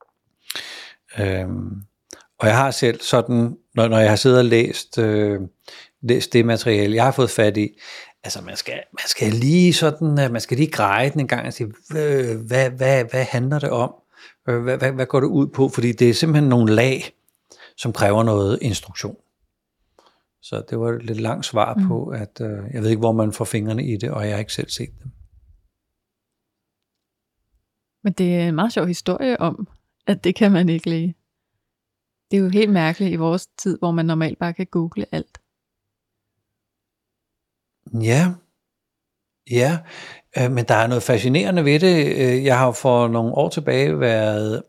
Og jeg har selv sådan, når jeg har siddet og læst det materiale, jeg har fået fat i, altså man skal lige sådan, man skal lige greje den en gang og sige, hvad handler det om? Hvad går det ud på? Fordi det er simpelthen nogle lag, som kræver noget instruktion. Så det var et lidt langt svar på, at jeg ved ikke, hvor man får fingrene i det, og jeg har ikke selv set dem. Men det er en meget sjov historie om, at det kan man ikke lige. Det er jo helt mærkeligt i vores tid, hvor man normalt bare kan google alt. Ja, men der er noget fascinerende ved det. Jeg har for nogle år tilbage været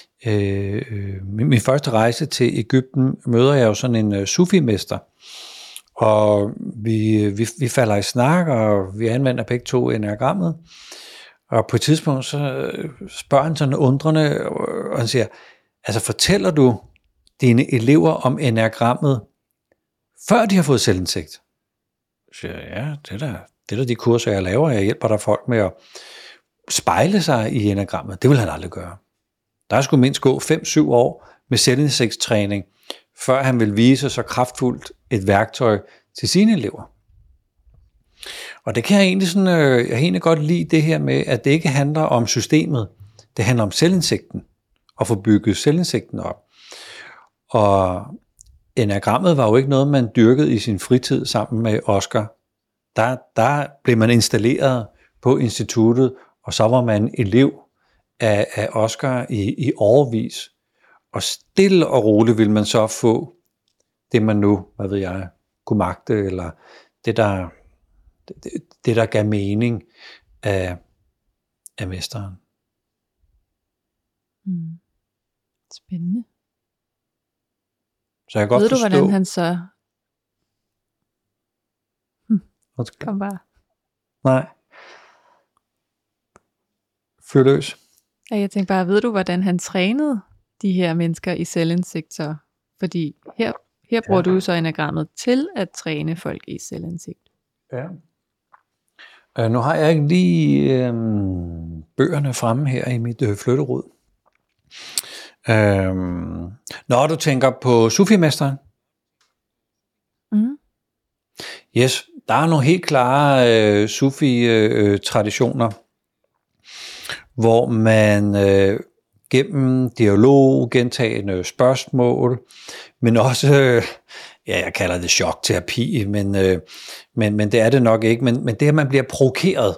min første rejse til Egypten, møder jeg jo sådan en sufi-mester, og vi falder i snak, og vi anvender begge to enagrammet, og på et tidspunkt så spørger han sådan undrende, og han siger, altså fortæller du dine elever om enagrammet, før de har fået selvindsigt? Så siger jeg, ja, det er da de kurser, jeg laver. Jeg hjælper der folk med at spejle sig i enagrammet. Det vil han aldrig gøre. Der skulle mindst gå 5-7 år med selvindsigtstræning, før han vil vise så kraftfuldt et værktøj til sine elever. Og det kan jeg egentlig sådan, jeg egentlig godt lide det her med, at det ikke handler om systemet, det handler om selvindsigten. at få bygget selvindsigten op. Og enagrammet var jo ikke noget, man dyrkede i sin fritid sammen med Oscar. Der blev man installeret på instituttet, og så var man elev af Oscar i årevis. Og stille og roligt ville man så få det, man nu, hvad ved jeg, kunne magte, eller det, der gav mening af mesteren. Spændende. Så jeg kan godt forstå. Ved du, hvordan han så... Kom bare. Nej. Fyr løs. Ja, jeg tænkte bare, ved du, hvordan han trænede de her mennesker i selvindsigt så? Fordi her bruger du så enagrammet til at træne folk i selvindsigt. Ja. Nu har jeg ikke lige bøgerne fremme her i mit flytterod. Når du tænker på Sufi-mesteren. Yes, der er nogle helt klare Sufi-traditioner, hvor man gennem dialog, gentagende spørgsmål, men også, jeg kalder det chokterapi, men det er det nok ikke, men det at man bliver provokeret.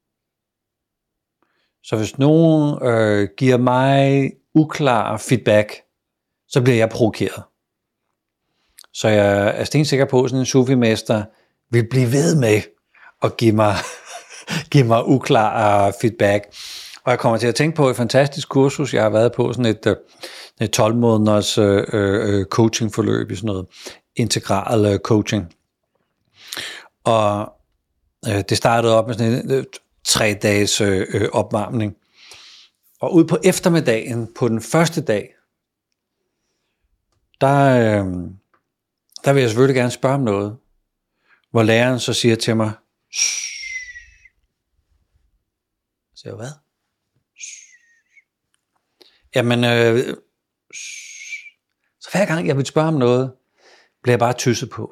Så hvis nogen giver mig uklar feedback, så bliver jeg provokeret. Så jeg er stensikker på, at sådan en Sufi-mester vil blive ved med at give mig uklar feedback. Og jeg kommer til at tænke på et fantastisk kursus, jeg har været på, sådan et 12 måneders coachingforløb i sådan noget integral coaching. Og det startede op med sådan en 3 dages opvarmning. Og ud på eftermiddagen, på den første dag, der vil jeg selvfølgelig gerne spørge om noget, hvor læreren så siger til mig, så jeg, hvad? Jamen, så hver gang jeg vil spørge om noget, bliver jeg bare tysset på.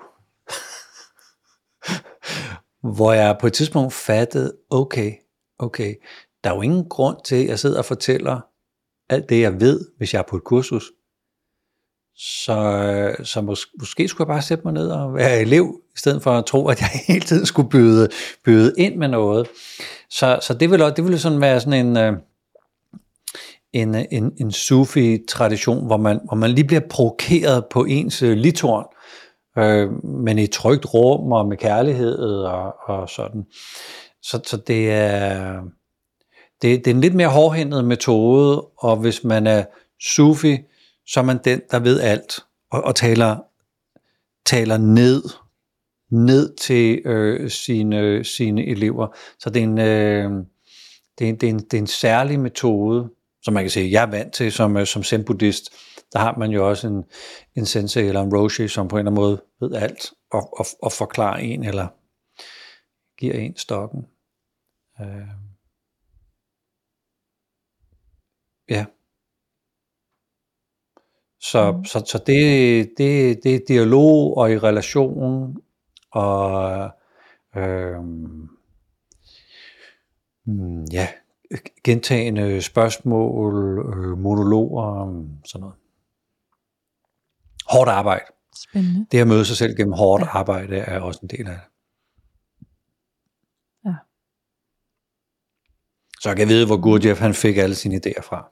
Hvor jeg på et tidspunkt fattede, okay, der er jo ingen grund til, at jeg sidder og fortæller alt det, jeg ved, hvis jeg er på et kursus. Så måske skulle jeg bare sætte mig ned og være elev, i stedet for at tro, at jeg hele tiden skulle byde ind med noget. Så det ville sådan være sådan en sufi-tradition, hvor man lige bliver provokeret på ens litorn, men i et trygt rum og med kærlighed og sådan. Så det er en lidt mere hårdhændet metode, og hvis man er sufi, så er man den, der ved alt, og taler ned til sine elever. Så det er en særlig metode, som man kan sige, jeg er vant til som zen-buddhist. Der har man jo også en sensei eller en roshi, som på en eller anden måde ved alt, og forklarer en, eller giver en stokken. Ja. Så det er dialog og i relation og gentagende spørgsmål, monologer, sådan noget. Hårdt arbejde. Spændende. Det at møde sig selv gennem hårdt arbejde er også en del af det. Ja. Så jeg kan vide, hvor Gurdjieff han fik alle sine idéer fra.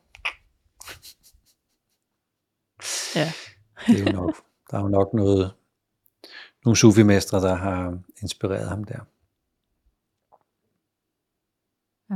Ja. Det er jo nok, der er jo nok nogle sufi-mestre, der har inspireret ham der. Ja.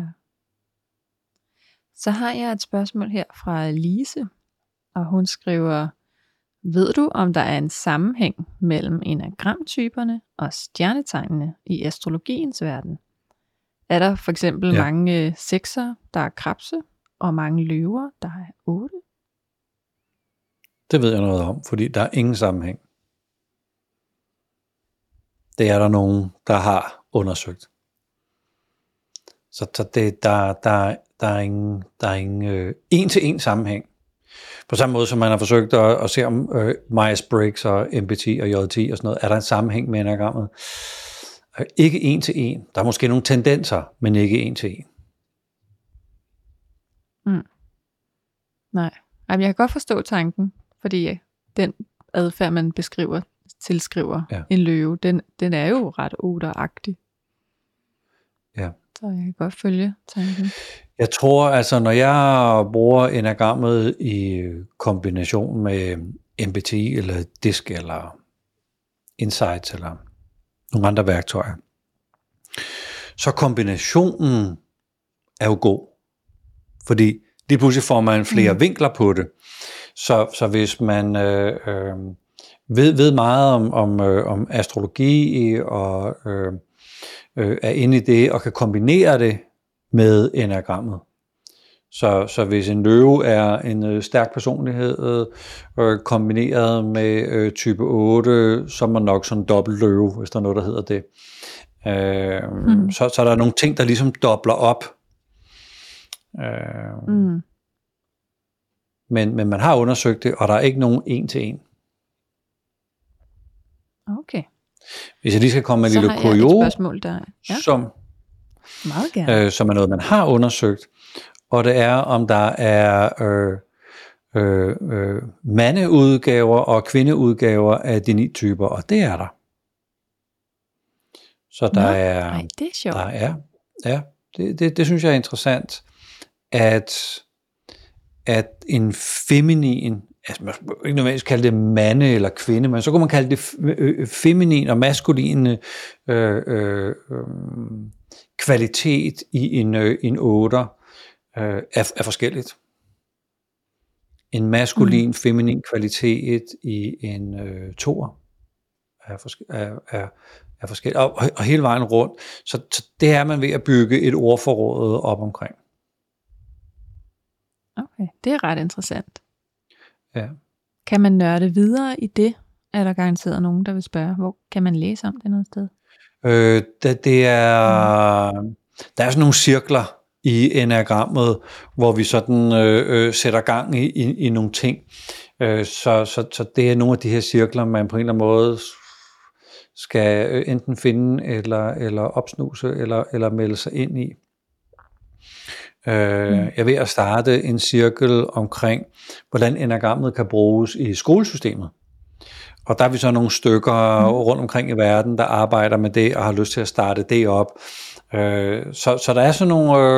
Så har jeg et spørgsmål her fra Lise, og hun skriver, ved du, om der er en sammenhæng mellem enagramtyperne og stjernetegnene i astrologiens verden? Er der for eksempel mange sekser, der er krebse, og mange løver, der er 8? Det ved jeg noget om, fordi der er ingen sammenhæng. Det er der nogen, der har undersøgt. Så det, der er ingen en-til-en sammenhæng. På samme måde som man har forsøgt at se om Myers-Briggs og MBT og JT og sådan noget, er der en sammenhæng med enagrammet. Ikke en til en. Der er måske nogle tendenser, men ikke en til en. Nej, Jamen, jeg kan godt forstå tanken, fordi den adfærd, man tilskriver en løve, den er jo ret oteragtig. Ja. Så jeg kan godt følge tanken. Jeg tror, altså når jeg bruger enagrammet i kombination med MBTI eller DISC eller Insights eller nogle andre værktøjer, så kombinationen er jo god. Fordi lige pludselig får man flere vinkler på det. Så hvis man ved meget om astrologi og er inde i det og kan kombinere det med enagrammet. Så hvis en løve er en stærk personlighed kombineret med type 8, så er man nok sådan en dobbelt løve, hvis der er noget, der hedder det. Så er der nogle ting, der ligesom dobler op. Men man har undersøgt det, og der er ikke nogen en til en. Okay. Hvis jeg lige skal komme med en så lille har jeg et spørgsmål der. Ja. Som er noget, man har undersøgt, og det er, om der er mandeudgaver og kvindeudgaver af de 9 typer, og det er der. Så der er... Nej, det er sjovt. Der er, ja, det synes jeg er interessant, at en feminin, altså man skal ikke nødvendigvis kalde det mande eller kvinde, men så kunne man kalde det feminin og maskulin kvalitet i en 8'er er forskelligt. En maskulin, feminin kvalitet i en 2'er er forskelligt, og hele vejen rundt. Så det er man ved at bygge et ordforråd op omkring. Okay, det er ret interessant. Ja. Kan man nørde videre i det? Er der garanteret nogen, der vil spørge, hvor kan man læse om det noget sted? Der er sådan nogle cirkler i enagrammet, hvor vi sådan sætter gang i nogle ting. Så det er nogle af de her cirkler, man på en eller anden måde skal enten finde eller opsnuse eller melde sig ind i. Jeg er ved at starte en cirkel omkring, hvordan enagrammet kan bruges i skolesystemet. Og der er vi så nogle stykker rundt omkring i verden, der arbejder med det og har lyst til at starte det op. Så der er sådan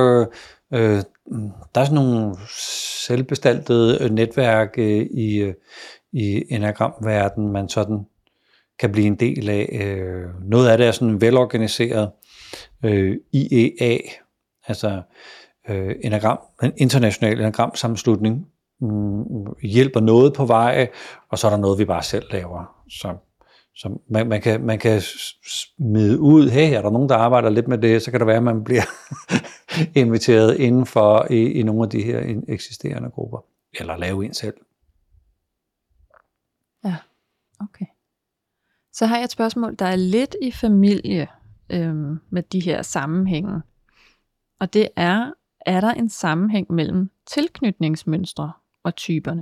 nogle selvbestaltede netværk i enagramverdenen, man sådan kan blive en del af. Noget af det er sådan velorganiseret IEA, altså en international enagramsammenslutning, hjælper noget på vej, og så er der noget, vi bare selv laver. Så man kan smide ud, hey, er der nogen, der arbejder lidt med det, så kan det være, at man bliver inviteret indenfor i nogle af de her eksisterende grupper, eller lave en selv. Ja, okay. Så har jeg et spørgsmål, der er lidt i familie med de her sammenhænge, og det er der en sammenhæng mellem tilknytningsmønstre og typerne?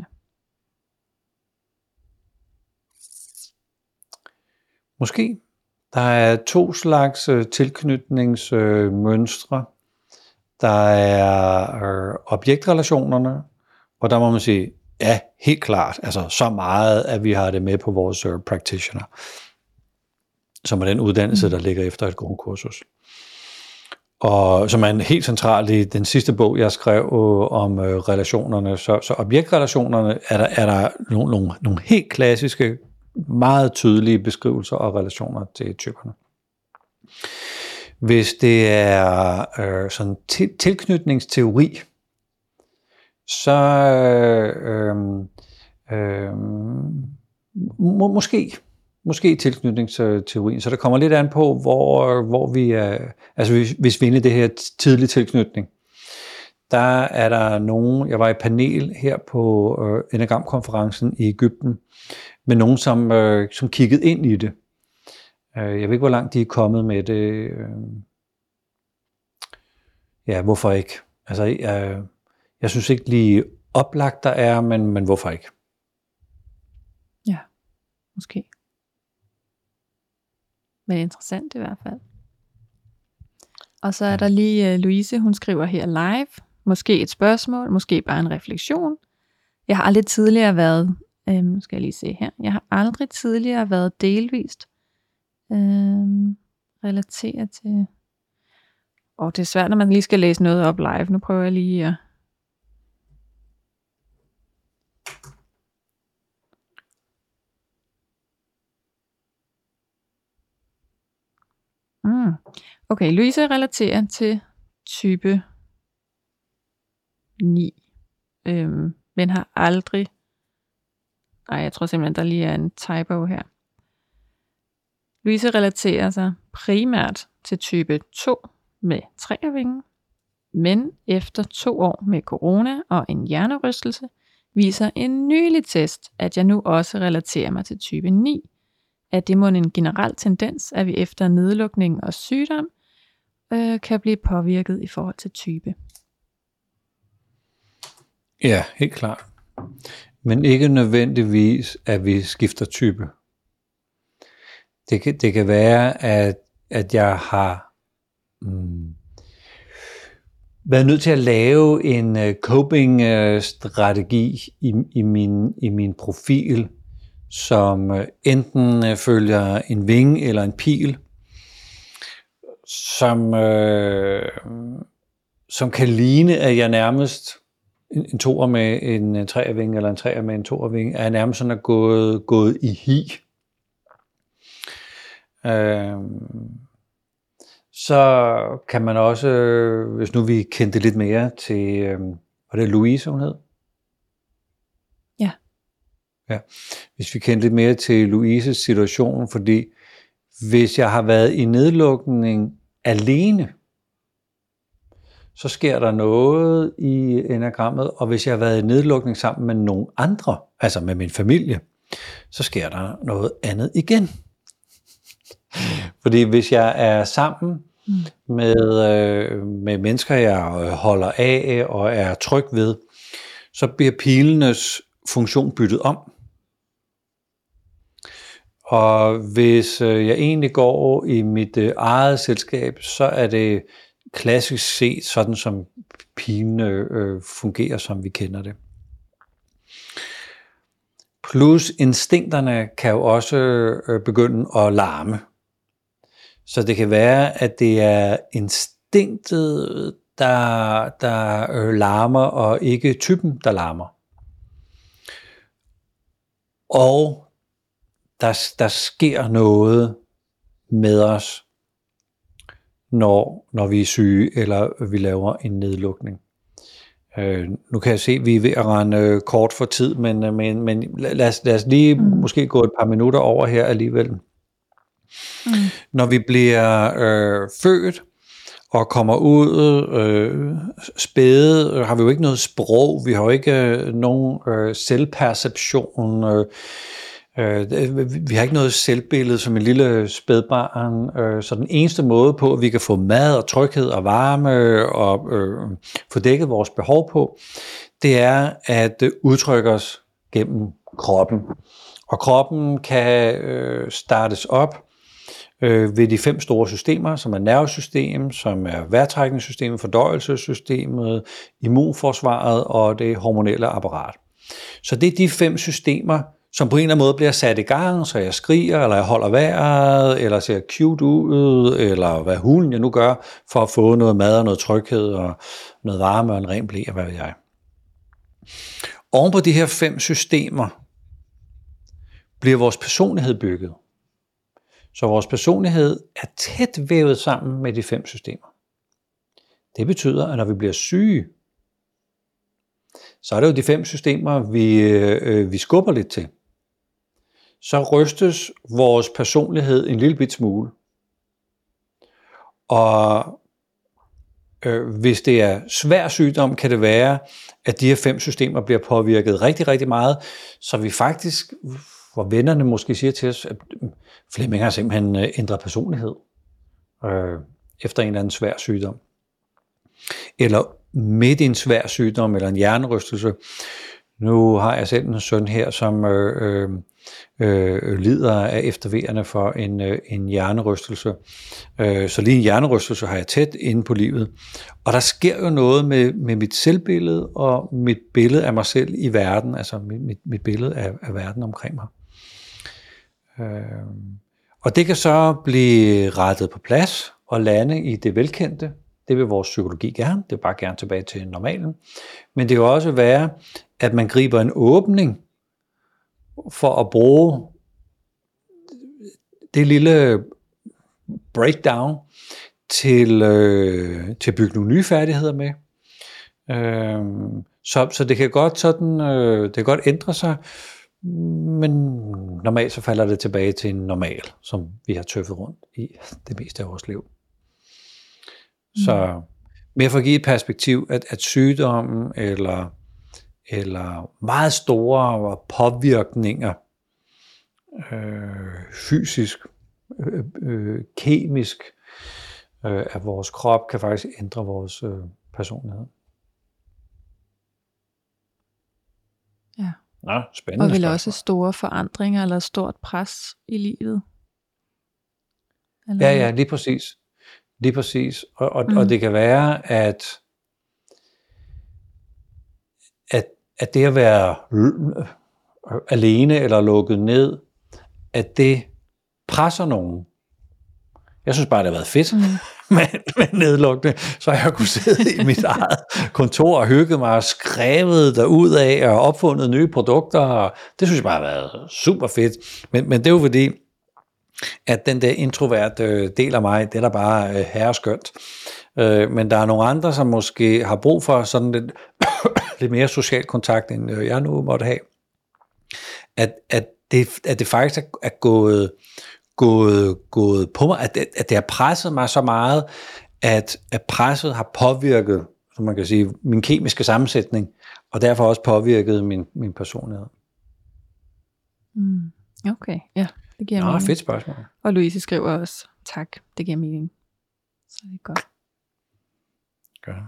Måske. Der er 2 slags tilknytningsmønstre. Der er objektrelationerne, og der må man sige, ja, helt klart, altså så meget, at vi har det med på vores practitioner, som er den uddannelse, der ligger efter et grundkursus. Og som er helt centralt i den sidste bog, jeg skrev om relationerne. Så objektrelationerne er der nogle helt klassiske, meget tydelige beskrivelser og relationer til typerne. Hvis det er sådan tilknytningsteori, så måske tilknytningsteorien, så det kommer lidt an på, hvor vi er, altså hvis vi er inde i det her tidlig tilknytning, der er der nogen, jeg var i panel her på Enagramkonferencen i Egypten, med nogen, som kiggede ind i det. Jeg ved ikke, hvor langt de er kommet med det. Ja, hvorfor ikke? Altså, jeg synes ikke lige oplagt der er, men hvorfor ikke? Ja, måske. Men interessant i hvert fald. Og så er der lige Louise, hun skriver her live. Måske et spørgsmål, måske bare en refleksion. Jeg har aldrig tidligere været, nu skal jeg lige se her, jeg har aldrig tidligere været delvist relateret til, det er svært, når man lige skal læse noget op live. Nu prøver jeg lige at Okay, Louise relaterer til type 9, men har aldrig, jeg tror simpelthen, der lige er en typo her. Louise relaterer sig primært til type 2 med træervinge, men efter 2 år med corona og en hjernerystelse, viser en nylig test, at jeg nu også relaterer mig til type 9, at det må en generel tendens, at vi efter nedlukning og sygdom kan blive påvirket i forhold til type. Ja, helt klart. Men ikke nødvendigvis, at vi skifter type. Det kan være, at jeg har været nødt til at lave en coping-strategi i min profil, som enten følger en vinge eller en pil, som kan ligne, at jeg nærmest en toer med en treervinge eller en treer med en toervinge, er nærmest sådan gået i hi. Så kan man også, hvis nu vi kendte lidt mere til, var det Louise, hun hed? Ja. Hvis vi kendte lidt mere til Louises situation, fordi hvis jeg har været i nedlukning alene, så sker der noget i enagrammet, og hvis jeg har været i nedlukning sammen med nogle andre, altså med min familie, så sker der noget andet igen. Fordi hvis jeg er sammen med mennesker, jeg holder af og er tryg ved, så bliver pilenes funktion byttet om. Og hvis jeg egentlig går i mit eget selskab, så er det klassisk set sådan, som pilene fungerer, som vi kender det. Plus instinkterne kan jo også begynde at larme. Så det kan være, at det er instinktet, der larmer, og ikke typen, der larmer. Og der sker noget med os, når vi er syge, eller vi laver en nedlukning. Nu kan jeg se, at vi er ved at rende kort for tid, men lad os lige måske gå et par minutter over her alligevel. Når vi bliver født og kommer ud spæde, har vi jo ikke noget sprog, vi har jo ikke nogen selvperception, vi har ikke noget selvbillede som en lille spædbarn, så den eneste måde på, at vi kan få mad og tryghed og varme og få dækket vores behov på, det er at udtrykke os gennem kroppen. Og kroppen kan startes op ved de 5 store systemer, som er nervesystem, som er vejrtrækningssystemet, fordøjelsessystemet, immunforsvaret og det hormonelle apparat. Så det er de 5 systemer, som på en eller anden måde bliver sat i gang, så jeg skriger, eller jeg holder vejret, eller ser cute ud, eller hvad hulen jeg nu gør, for at få noget mad og noget tryghed, og noget varme og en ren ble, og hvad ved jeg. Oven på de her 5 systemer, bliver vores personlighed bygget. Så vores personlighed er tæt vævet sammen med de 5 systemer. Det betyder, at når vi bliver syge, så er det jo de 5 systemer, vi skubber lidt til. Så rystes vores personlighed en lille bit smule. Og hvis det er svær sygdom, kan det være, at de her 5 systemer bliver påvirket rigtig, rigtig meget, så vi faktisk, hvor vennerne måske siger til os, at Flemming har simpelthen ændret personlighed efter en eller anden svær sygdom. Eller midt i en svær sygdom eller en hjernerystelse. Nu har jeg selv en søn her, som lider af efterveerne for en hjernerystelse. Så lige en hjernerystelse har jeg tæt inde på livet. Og der sker jo noget med mit selvbillede og mit billede af mig selv i verden, altså mit billede af verden omkring mig. Og det kan så blive rettet på plads og lande i det velkendte. Det vil vores psykologi gerne. Det vil bare gerne tilbage til normalen. Men det vil også være, at man griber en åbning for at bruge det lille breakdown til at bygge nogle nye færdigheder med. Så det kan godt det kan godt ændre sig, men normalt så falder det tilbage til en normal, som vi har tøffet rundt i det meste af vores liv. Så mere for at give et perspektiv, at sygdommen eller meget store påvirkninger, fysisk, kemisk, af vores krop, kan faktisk ændre vores personlighed. Ja. Nå, spændende. Og vel også store forandringer eller stort pres i livet. Eller? Ja, lige præcis. Lige præcis. Og det kan være, at det at være alene eller lukket ned, at det presser nogen. Jeg synes bare, det har været fedt med nedlukning, så jeg kunne sidde i mit eget kontor og hygge mig og skrevet derudad og opfundet nye produkter. Og det synes jeg bare har været super fedt. Men det er jo fordi, at den der introverte del af mig, det er der bare herreskønt. Men der er nogle andre, som måske har brug for sådan lidt mere social kontakt, end jeg nu måtte have. At det faktisk er gået på mig, at det har presset mig så meget, at presset har påvirket, som man kan sige, min kemiske sammensætning, og derfor også påvirket min personlighed. Okay, ja, det giver mening. Fedt spørgsmål. Og Louise skriver også, tak, det giver mening. Så det er godt. Godt.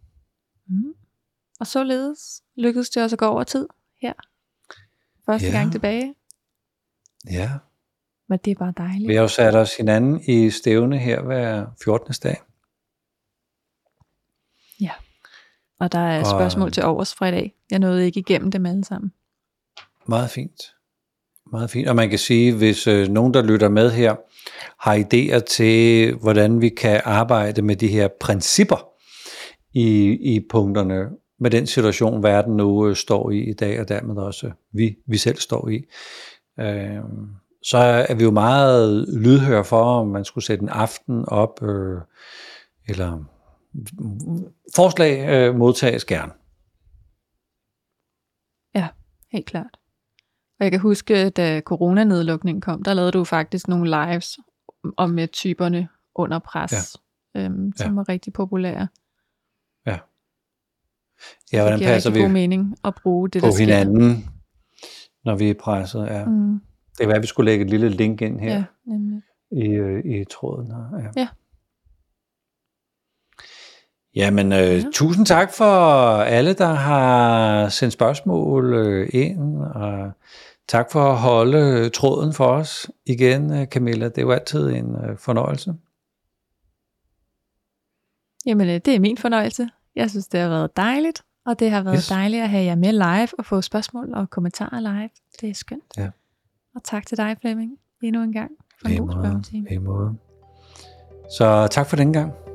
Og således lykkedes det også at gå over tid her. Første gang tilbage. Ja. Men det er bare dejligt. Vi har jo sat os hinanden i stævne her hver 14. dag. Ja. Og der er spørgsmål til overs fra i dag. Jeg nåede ikke igennem dem alle sammen. Meget fint. Meget fint. Og man kan sige, hvis nogen, der lytter med her, har idéer til, hvordan vi kan arbejde med de her principper i punkterne, med den situation, verden nu står i dag, og dermed også vi selv står i, så er vi jo meget lydhøre for, om man skulle sætte en aften op, eller forslag modtages gerne. Ja, helt klart. Og jeg kan huske, da coronanedlukningen kom, der lavede du faktisk nogle lives om med typerne under pres, som var rigtig populære. Ja, hvordan passer vi god mening at bruge det, på der sker. hinanden, når vi er presset. Ja. Det kan være, at vi skulle lægge et lille link ind her i tråden her. Ja. Jamen, tusind tak for alle, der har sendt spørgsmål ind, og tak for at holde tråden for os igen, Camilla. Det er jo altid en fornøjelse. Jamen, det er min fornøjelse. Jeg synes, det har været dejligt, og det har været dejligt at have jer med live og få spørgsmål og kommentarer live. Det er skønt. Ja. Og tak til dig, Flemming, endnu en gang for en god spørgetime. Så tak for den gang.